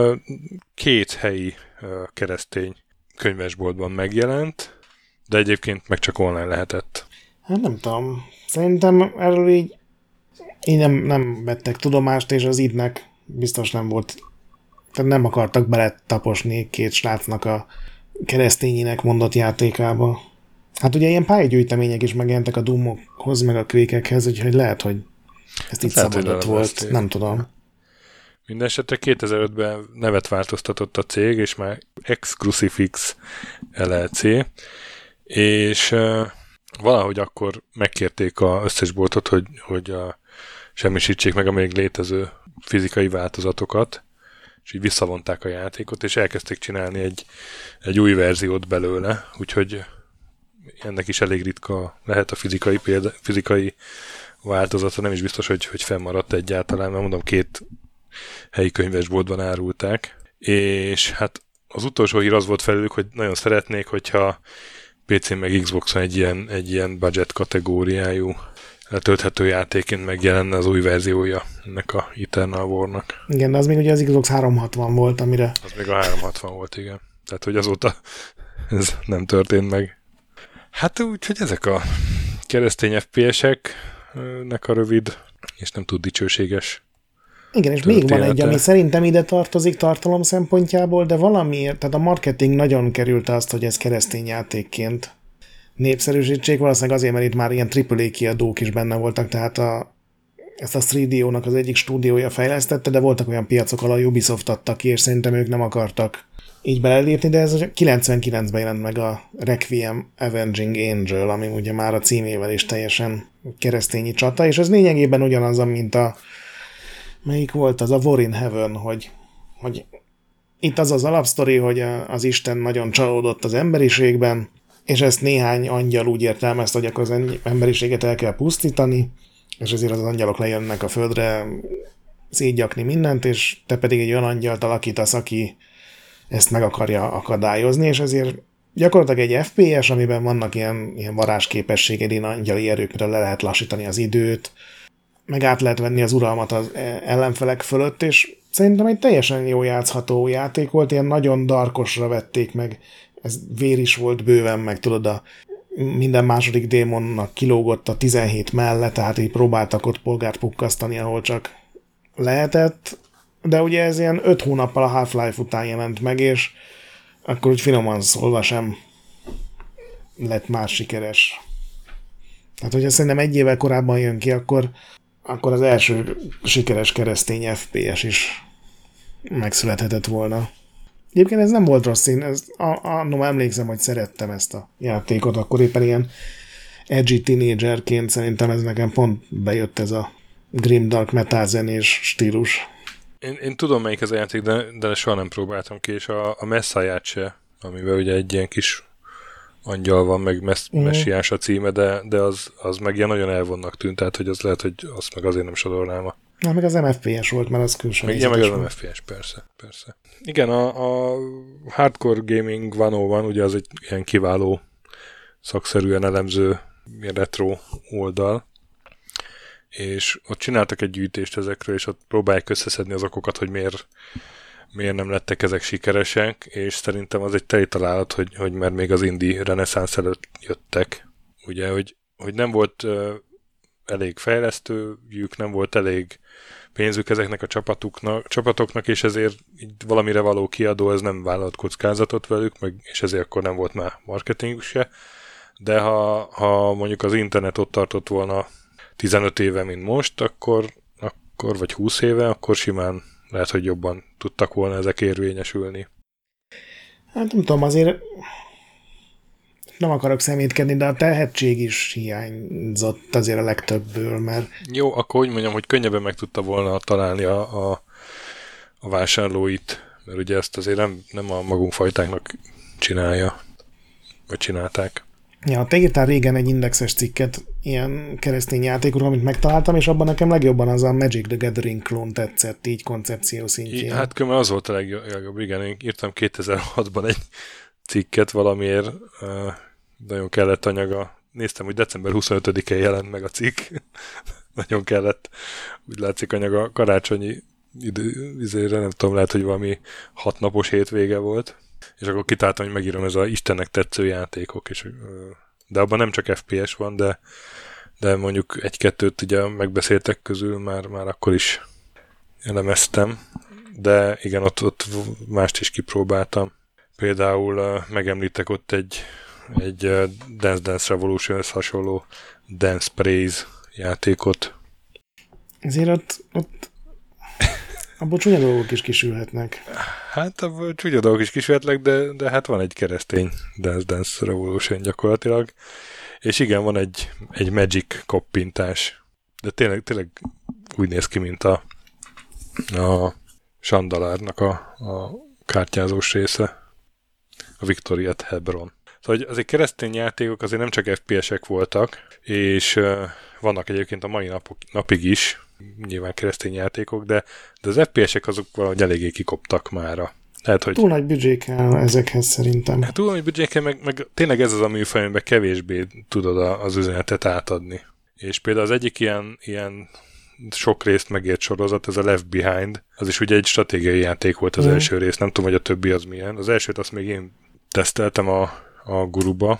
Két helyi keresztény könyvesboltban megjelent, de egyébként meg csak online lehetett. Hát nem tudom. Szerintem erről így, így nem, nem vettek tudomást, és az idnek biztos nem volt, tehát nem akartak beletaposni két srácnak a keresztényinek mondott játékába. Hát ugye ilyen pályagyűjtemények is megjelentek a Doomokhoz, meg a Quake-ekhez, úgyhogy lehet, hogy ezt itt szabadott volt, nem tudom. Mindenesetre kétezer-ötben nevet változtatott a cég, és már X-Crucifix el el cé, és uh, valahogy akkor megkérték az összes boltot, hogy, hogy a, semmisítsék meg a még létező fizikai változatokat, és így visszavonták a játékot, és elkezdték csinálni egy, egy új verziót belőle, úgyhogy ennek is elég ritka lehet a fizikai, példa, fizikai változata, nem is biztos, hogy, hogy fennmaradt egyáltalán, mert mondom, két helyi könyvesboltban árulták, és hát az utolsó hír az volt felülük, hogy nagyon szeretnék, hogyha pé cén meg Xboxon egy ilyen, egy ilyen budget kategóriájú letölthető játékként megjelenne az új verziója ennek a Eternal War-nak. Igen, de az még ugye az Xbox háromszázhatvan volt, amire... Az még a háromszázhatvan volt, igen. Tehát, hogy azóta ez nem történt meg. Hát úgyhogy ezek a keresztény ef pé eseknek a rövid és nem túl dicsőséges igen, és története. Még van egy, ami szerintem ide tartozik tartalom szempontjából, de valamiért, tehát a marketing nagyon kerülte azt, hogy ez keresztény játékként népszerűsítsék, valószínűleg azért, mert itt már ilyen á á á kiadók is benne voltak, tehát a, ezt a három dé ó-nak az egyik stúdiója fejlesztette, de voltak olyan piacok, ahol a Ubisoft adta ki, és szerintem ők nem akartak így belelépni, de ez kilencvenkilencben jelent meg a Requiem Avenging Angel, ami ugye már a címével is teljesen keresztényi csata, és ez lényegében ugyanaz, mint a melyik volt az a War in Heaven, hogy, hogy itt az az alapsztori, hogy az Isten nagyon csalódott az emberiségben, és ezt néhány angyal úgy értelmezte, hogy akkor az emberiséget el kell pusztítani, és ezért az angyalok lejönnek a földre szétgyakni mindent, és te pedig egy olyan angyalt alakítasz, aki ezt meg akarja akadályozni, és ezért gyakorlatilag egy ef pé es, amiben vannak ilyen, ilyen varázsképességed, ilyen angyali erők, le lehet lassítani az időt, meg át lehet venni az uralmat az ellenfelek fölött, és szerintem egy teljesen jó játszható játék volt, ilyen nagyon darkosra vették meg, ez vér is volt bőven, meg tudod, a minden második démonnak kilógott a tizenhét mellett, tehát így próbáltak ott polgárt pukkasztani, ahol csak lehetett, de ugye ez ilyen öt hónappal a Half-Life után jelent meg, és akkor úgy finoman szólva sem lett már sikeres. Tehát, hogyha szerintem egy évvel korábban jön ki, akkor, akkor az első sikeres keresztény ef pé es is megszülethetett volna. Egyébként ez nem volt rossz szín, ez, annól emlékszem, hogy szerettem ezt a játékot, akkor éppen ilyen edgy teenagerként szerintem ez nekem pont bejött ez a grimdark metal zenés stílus. Én, én tudom, melyik ez a játék, de, de soha nem próbáltam ki, és a, a Messiah-t se, amiben ugye egy ilyen kis angyal van, meg mes- mm. messiás a címe, de, de az, az meg ilyen nagyon elvonnak tűnt, tehát hogy az lehet, hogy azt meg azért nem sodornám a... Na, meg az em ef pé es volt, mert az külső. Igen, meg az em ef pé es, persze, persze. Igen, a, a Hardcore Gaming száz ugye az egy ilyen kiváló, szakszerűen elemző retro oldal, és ott csináltak egy gyűjtést ezekről, és ott próbálják összeszedni az okokat, hogy miért, miért nem lettek ezek sikeresek, és szerintem az egy teli találat, hogy, hogy mert még az indie reneszánsz előtt jöttek. Ugye, hogy, hogy nem volt uh, elég fejlesztőjük, nem volt elég pénzük ezeknek a csapatuknak, csapatoknak, és ezért így valamire való kiadó, ez nem vállalt kockázatot velük, meg, és ezért akkor nem volt már marketingük se. De ha, ha mondjuk az internet ott tartott volna tizenöt éve, mint most, akkor, akkor vagy húsz éve, akkor simán lehet, hogy jobban tudtak volna ezek érvényesülni. Hát nem tudom, azért nem akarok szemétkedni, de a tehetség is hiányzott azért a legtöbbből, mert... Jó, akkor úgy mondjam, hogy könnyebben meg tudta volna találni a, a, a vásárlóit, mert ugye ezt azért nem, nem a magunk fajtáknak csinálja, vagy csinálták. Ja, te írtál régen egy indexes cikket ilyen keresztény játékról, amit megtaláltam, és abban nekem legjobban az a Magic the Gathering klón tetszett, így koncepció szintjén. I, hát különben az volt a legjobb, igen, én írtam kétezer-hatban egy cikket valamiért, uh, nagyon kellett anyaga. Néztem, hogy december huszonötödikén jelent meg a cikk. Nagyon kellett, úgy látszik anyaga karácsonyi idő, izére, nem tudom, lehet, hogy valami hatnapos hétvége volt. És akkor kitáltam, hogy megírom ez a Istennek tetsző játékok, és, de abban nem csak ef pé es van, de, de mondjuk egy-kettőt ugye megbeszéltek közül már, már akkor is elemeztem, de igen, ott, ott mást is kipróbáltam. Például megemlítek ott egy, egy Dance Dance Revolution-hez hasonló Dance Praise játékot. Ezért ott, ott abból csúnya dolgok is kisülhetnek. Hát abból csúnya dolgok is kisülhetnek, de, de hát van egy keresztény Dance Dance Revolution gyakorlatilag. És igen, van egy, egy Magic koppintás. De tényleg, tényleg úgy néz ki, mint a, a Sandalárnak a, a kártyázós része. A Victoriat Hebron. Szóval azért keresztény játékok azért nem csak ef pé esek voltak, és uh, vannak egyébként a mai napok, napig is, nyilván keresztény játékok, de, de az ef pé esek azok valahogy eléggé kikoptak mára. Lehet, hogy... Túl nagy büdzsé kell ezekhez szerintem. Hát túl nagy büdzsé kell, meg, meg tényleg ez az a műfaj, amiben kevésbé tudod a, az üzenetet átadni. És például az egyik ilyen, ilyen sok részt megért sorozat, ez a Left Behind, az is ugye egy stratégiai játék volt az mm. első rész, nem tudom, hogy a többi az milyen. Az elsőt azt még én teszteltem a, a guruba,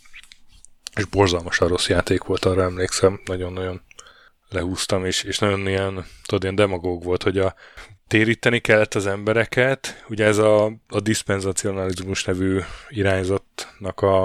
és borzalmasan rossz játék volt, arra emlékszem, nagyon-nagyon lehúztam, és, és nagyon ilyen, tudod, ilyen demagóg volt, hogy a téríteni kellett az embereket, ugye ez a, a dispenzacionalizmus nevű irányzatnak a,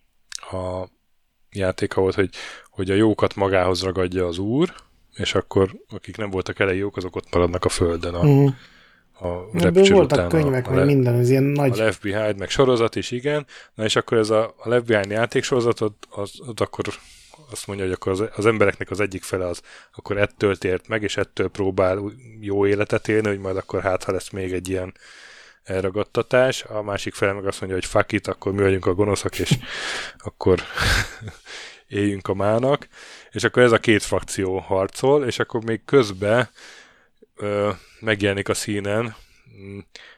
a játéka volt, hogy, hogy a jókat magához ragadja az úr, és akkor akik nem voltak elég jók, azok ott maradnak a földön a, mm. a Rapture voltak után. Könyvek, a, a meg le, minden, ez ilyen nagy... A Left Behind, meg sorozat is, igen. Na és akkor ez a, a Left Behind játéksorozatot, az, az akkor azt mondja, hogy akkor az, az embereknek az egyik fele az akkor ettől tért meg, és ettől próbál jó életet élni, hogy majd akkor hát, ha lesz még egy ilyen elragadtatás. A másik fele meg azt mondja, hogy fuck it, akkor mi vagyunk a gonoszak, és akkor éljünk a mának. És akkor ez a két frakció harcol, és akkor még közben ö, megjelenik a színen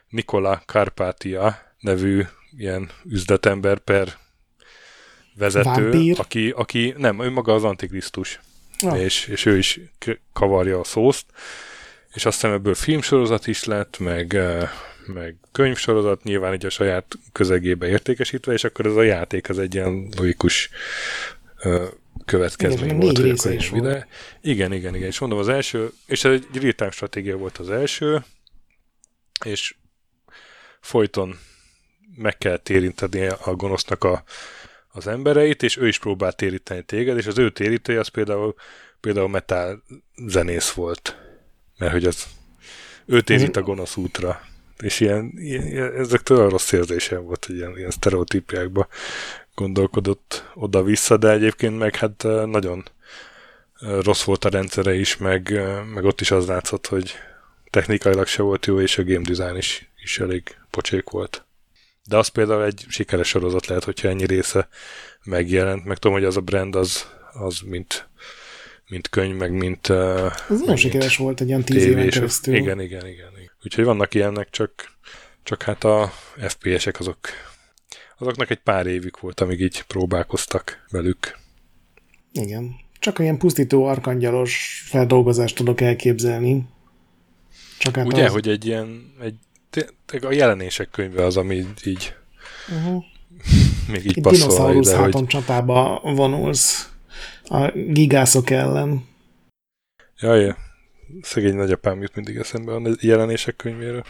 Nikola Karpatia nevű ilyen üzletember per vezető, Vámpír. aki, aki nem, ő maga az Antikrisztus, Ah. és, és ő is kavarja a szószt, és aztán ebből filmsorozat is lett, meg, meg könyvsorozat, nyilván így a saját közegébe értékesítve, és akkor ez a játék az egy ilyen logikus következmény igen, volt. Négy része is volt. volt. Igen, igen, igen, és mondom az első, és ez egy real-time stratégia volt az első, és folyton meg kell téríteni a gonosznak a, az embereit, és ő is próbál téríteni téged, és az ő térítője az például, például metal zenész volt. Mert hogy az ő térít a gonosz útra. És ilyen, ilyen ezektől a rossz érzésem volt, hogy ilyen, ilyen sztereotípiákba gondolkodott oda-vissza, de egyébként meg hát nagyon rossz volt a rendszere is, meg, meg ott is az látszott, hogy technikailag se volt jó, és a game design is, is elég pocsék volt. De az például egy sikeres sorozat lehet, hogyha ennyi része megjelent, meg tudom, hogy az a brand az, az mint, mint könyv, meg mint ez nagyon sikeres volt egy ilyen tíz éven keresztül. Igen, igen, igen, igen. Úgyhogy vannak ilyenek, csak, csak hát a ef pé esek azok, azoknak egy pár évük volt, amíg így próbálkoztak velük. Igen. Csak ilyen pusztító arkangyalos feldolgozást tudok elképzelni. Csak hát ugye, az... hogy egy ilyen, egy, a jelenések könyve az, ami így uh-huh. még így egy passzol dinoszaurusz ide, háton hogy... csatába vonulsz a gigászok ellen. Jaj, szegény nagyapám jut mindig eszembe a jelenések könyvéről.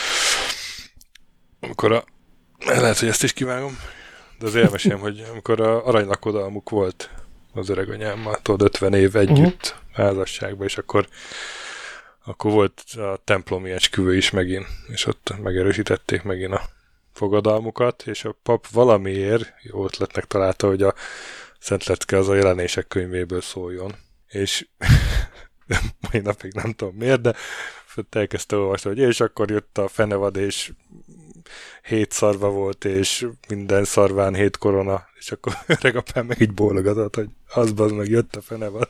Amikor a... Lehet, hogy ezt is kivágom, de az elmesélem, hogy amikor a aranylakodalmuk volt az öreganyámmal, tudod, ötven év együtt uh-huh. házasságban, és akkor akkor volt a templomi esküvő is megint, és ott megerősítették megint a fogadalmukat, és a pap valamiért jó ötletnek találta, hogy a Szent Lecke az a jelenések könyvéből szóljon. És mai napig nem tudom miért, de elkezdte olvasni, hogy és akkor jött a fenevad, és hét szarva volt, és minden szarván hét korona, és akkor öregapám meg így bólogatott, hogy az bazd meg jött a fenevad.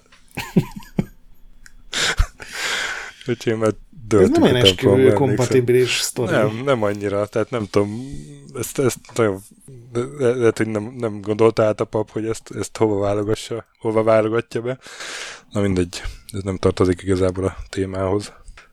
Úgyhogy én már ez nem olyan esküvő kompatibilis sztori. Nem, nem annyira, tehát nem tudom, ezt, ezt nagyon, lehet, hogy nem, nem gondolta át a pap, hogy ezt, ezt hova válogassa, hova válogatja be. Na mindegy, ez nem tartozik igazából a témához.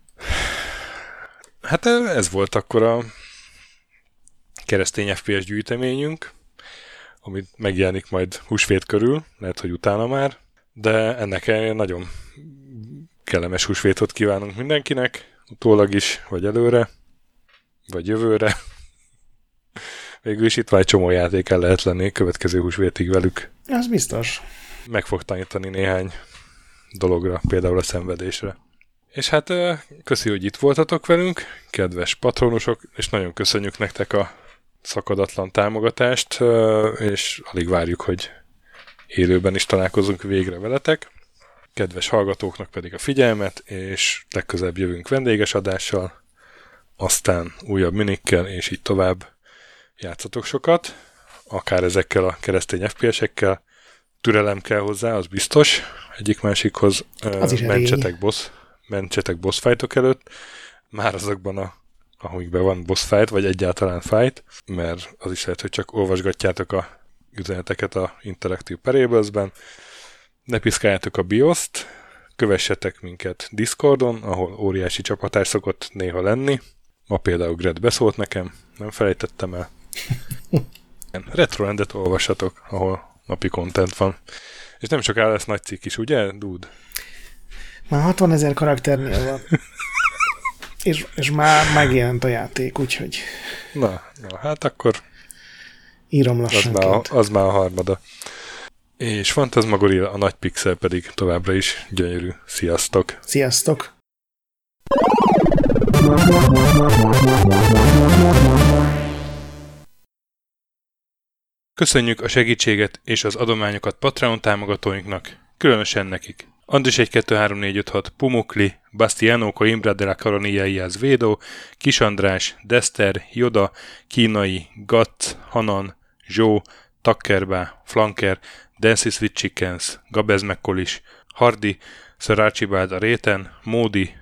Hát ez volt akkor a keresztény ef pé es gyűjteményünk, amit megjelenik majd húsvét körül, lehet, hogy utána már, de ennek nagyon kellemes húsvétot kívánunk mindenkinek, utólag is, vagy előre, vagy jövőre. Végül is itt már egy csomó játék el lehet lenni következő húsvétig velük. Ez biztos. Meg fog tanítani néhány dologra, például a szenvedésre. És hát köszi, hogy itt voltatok velünk, kedves patronusok, és nagyon köszönjük nektek a szakadatlan támogatást, és alig várjuk, hogy élőben is találkozunk végre veletek. Kedves hallgatóknak pedig a figyelmet, és legközelebb jövünk vendéges adással, aztán újabb minikkel, és így tovább játszatok sokat, akár ezekkel a keresztény ef pé esekkel. Türelem kell hozzá, az biztos, egyik-másikhoz mentsetek boss, mentsetek boss fightok előtt, már azokban a amikben van boss fight, vagy egyáltalán fight, mert az is lehet, hogy csak olvasgatjátok a üzeneteket a Interactive Parables-ben. Ne piszkáljátok a BIOS-t, kövessetek minket Discordon, ahol óriási csapatás szokott néha lenni. Ma például Gret beszólt nekem, nem felejtettem el. Retroendet olvassatok, ahol napi content van. És nem sokára lesz nagy cikk is, ugye, Dude? Már hatvanezer karakternél van. és, és már megjelent a játék, úgyhogy... Na, na hát akkor... Írom lassanként. Az már, az már a harmada. És Phantasmagoria, a nagy pixel pedig továbbra is gyönyörű. Sziasztok! Sziasztok! Köszönjük a segítséget és az adományokat Patreon támogatóinknak, különösen nekik. Andris egy kettő három négy öt hat, Pumukli, Bastiano Coimbra de la Coronilla Iaz Védó, Kis András, Dester, Joda, Kínai, Gatz, Hanan, Zsó, Takkerbá, Flanker, Dancy Sweet Chickens, Gabez Mekkolis, Hardi, Sir Archibald a Réten, Módi,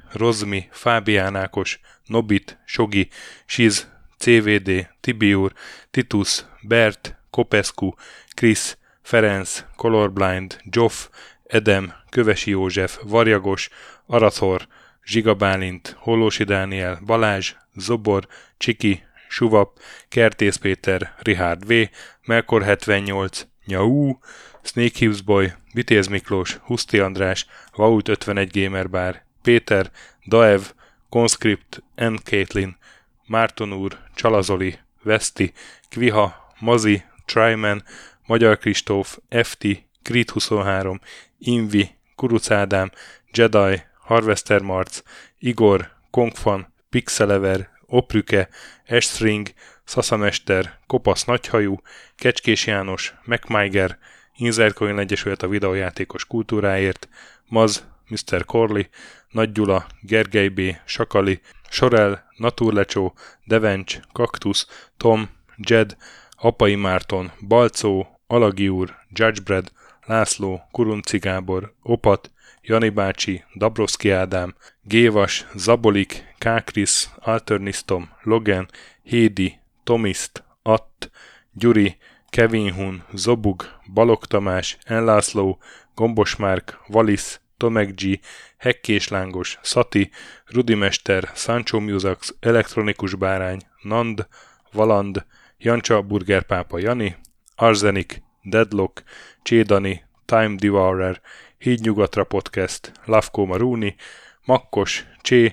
Rozmi, Fábián Ákos, Nobit, Sogi, Siz, cé vé dé, Tibiur, Titus, Bert, Kopescu, Krisz, Ferenc, Colorblind, Joff, Edem, Kövesi József, Varjagos, Arathor, Zsiga Bálint, Hollósi Dániel, Balázs, Zobor, Csiki, Suvap, Kertész Péter, Richard V, Melkor hetvennyolc, Nyau, Snake Hughes Boy, Vitéz Miklós, Huszti András, Vault ötvenegy Gamerbar, Péter, Daev, Conscript, N. Caitlin, Márton úr, Csalazoli, Veszti, Kviha, Mazi, Tryman, Magyar Kristóf, ef té, Creed huszonhárom, Invi, Kuruc Ádám, Jedi, Harvester Marc, Igor, Kongfan, Pixelever, Oprüke, Estring, Szaszamester, Kopasz Nagyhajú, Kecskés János, MacMiger, Inzercoin Egyesület a videójátékos kultúráért, Maz, miszter Corley, Nagy Gyula, Gergely B., Sakali, Sorel, Naturlecsó, Devencs, Kaktusz, Tom, Jed, Apai Márton, Balcó, Alagi úr, Judgebred, László, Kurunci Gábor, Opat, Jani bácsi, Dabrowski Ádám, Gévas, Zabolik, Kákris, Alternisztom, Logan, Hédi, Tomiszt, Att, Gyuri, Kevin Hun, Zobug, Balog Tamás, Enlászló, Gombos Márk, Valisz, Tomek G, Hekkés Lángos, Szati, Rudimester, Sancho Musax, Elektronikus Bárány, Nand, Valand, Jancsa Burgerpápa Jani, Arzenik, Deadlock, Csédani, Time Devourer, Hídnyugatra Podcast, Lavko Maruni, Makkos, Csé,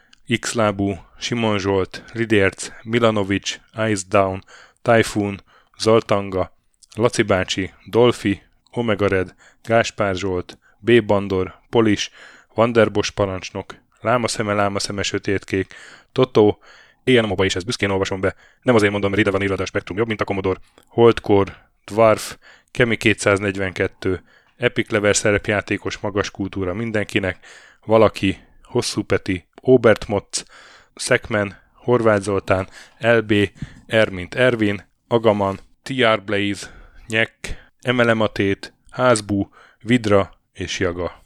Xlábú, Simon Zsolt, Lidérc, Milanovic, Ice Down, Typhoon, Zoltanga, Laci bácsi, Dolfi, Omega Red, Gáspár Zsolt, B. Bandor, Polis, Vanderbos parancsnok, Lámaszeme, Lámaszeme, Sötétkék, Totó, éjjel a moba is, ezt büszkén olvasom be, nem azért mondom, mert ide van írva, a Spektrum jobb, mint a Commodore, Holdcore, Dwarf, Kemi kétszáznegyvenkettő, Epic Level szerepjátékos magas kultúra mindenkinek, Valaki, Hosszú Peti, Obert Motz, Szekmen, Horváth Zoltán, el bé, R mint Ervin, Agaman, té er Blaze, Nyek, Emelematét, Házbú, Vidra és Jaga.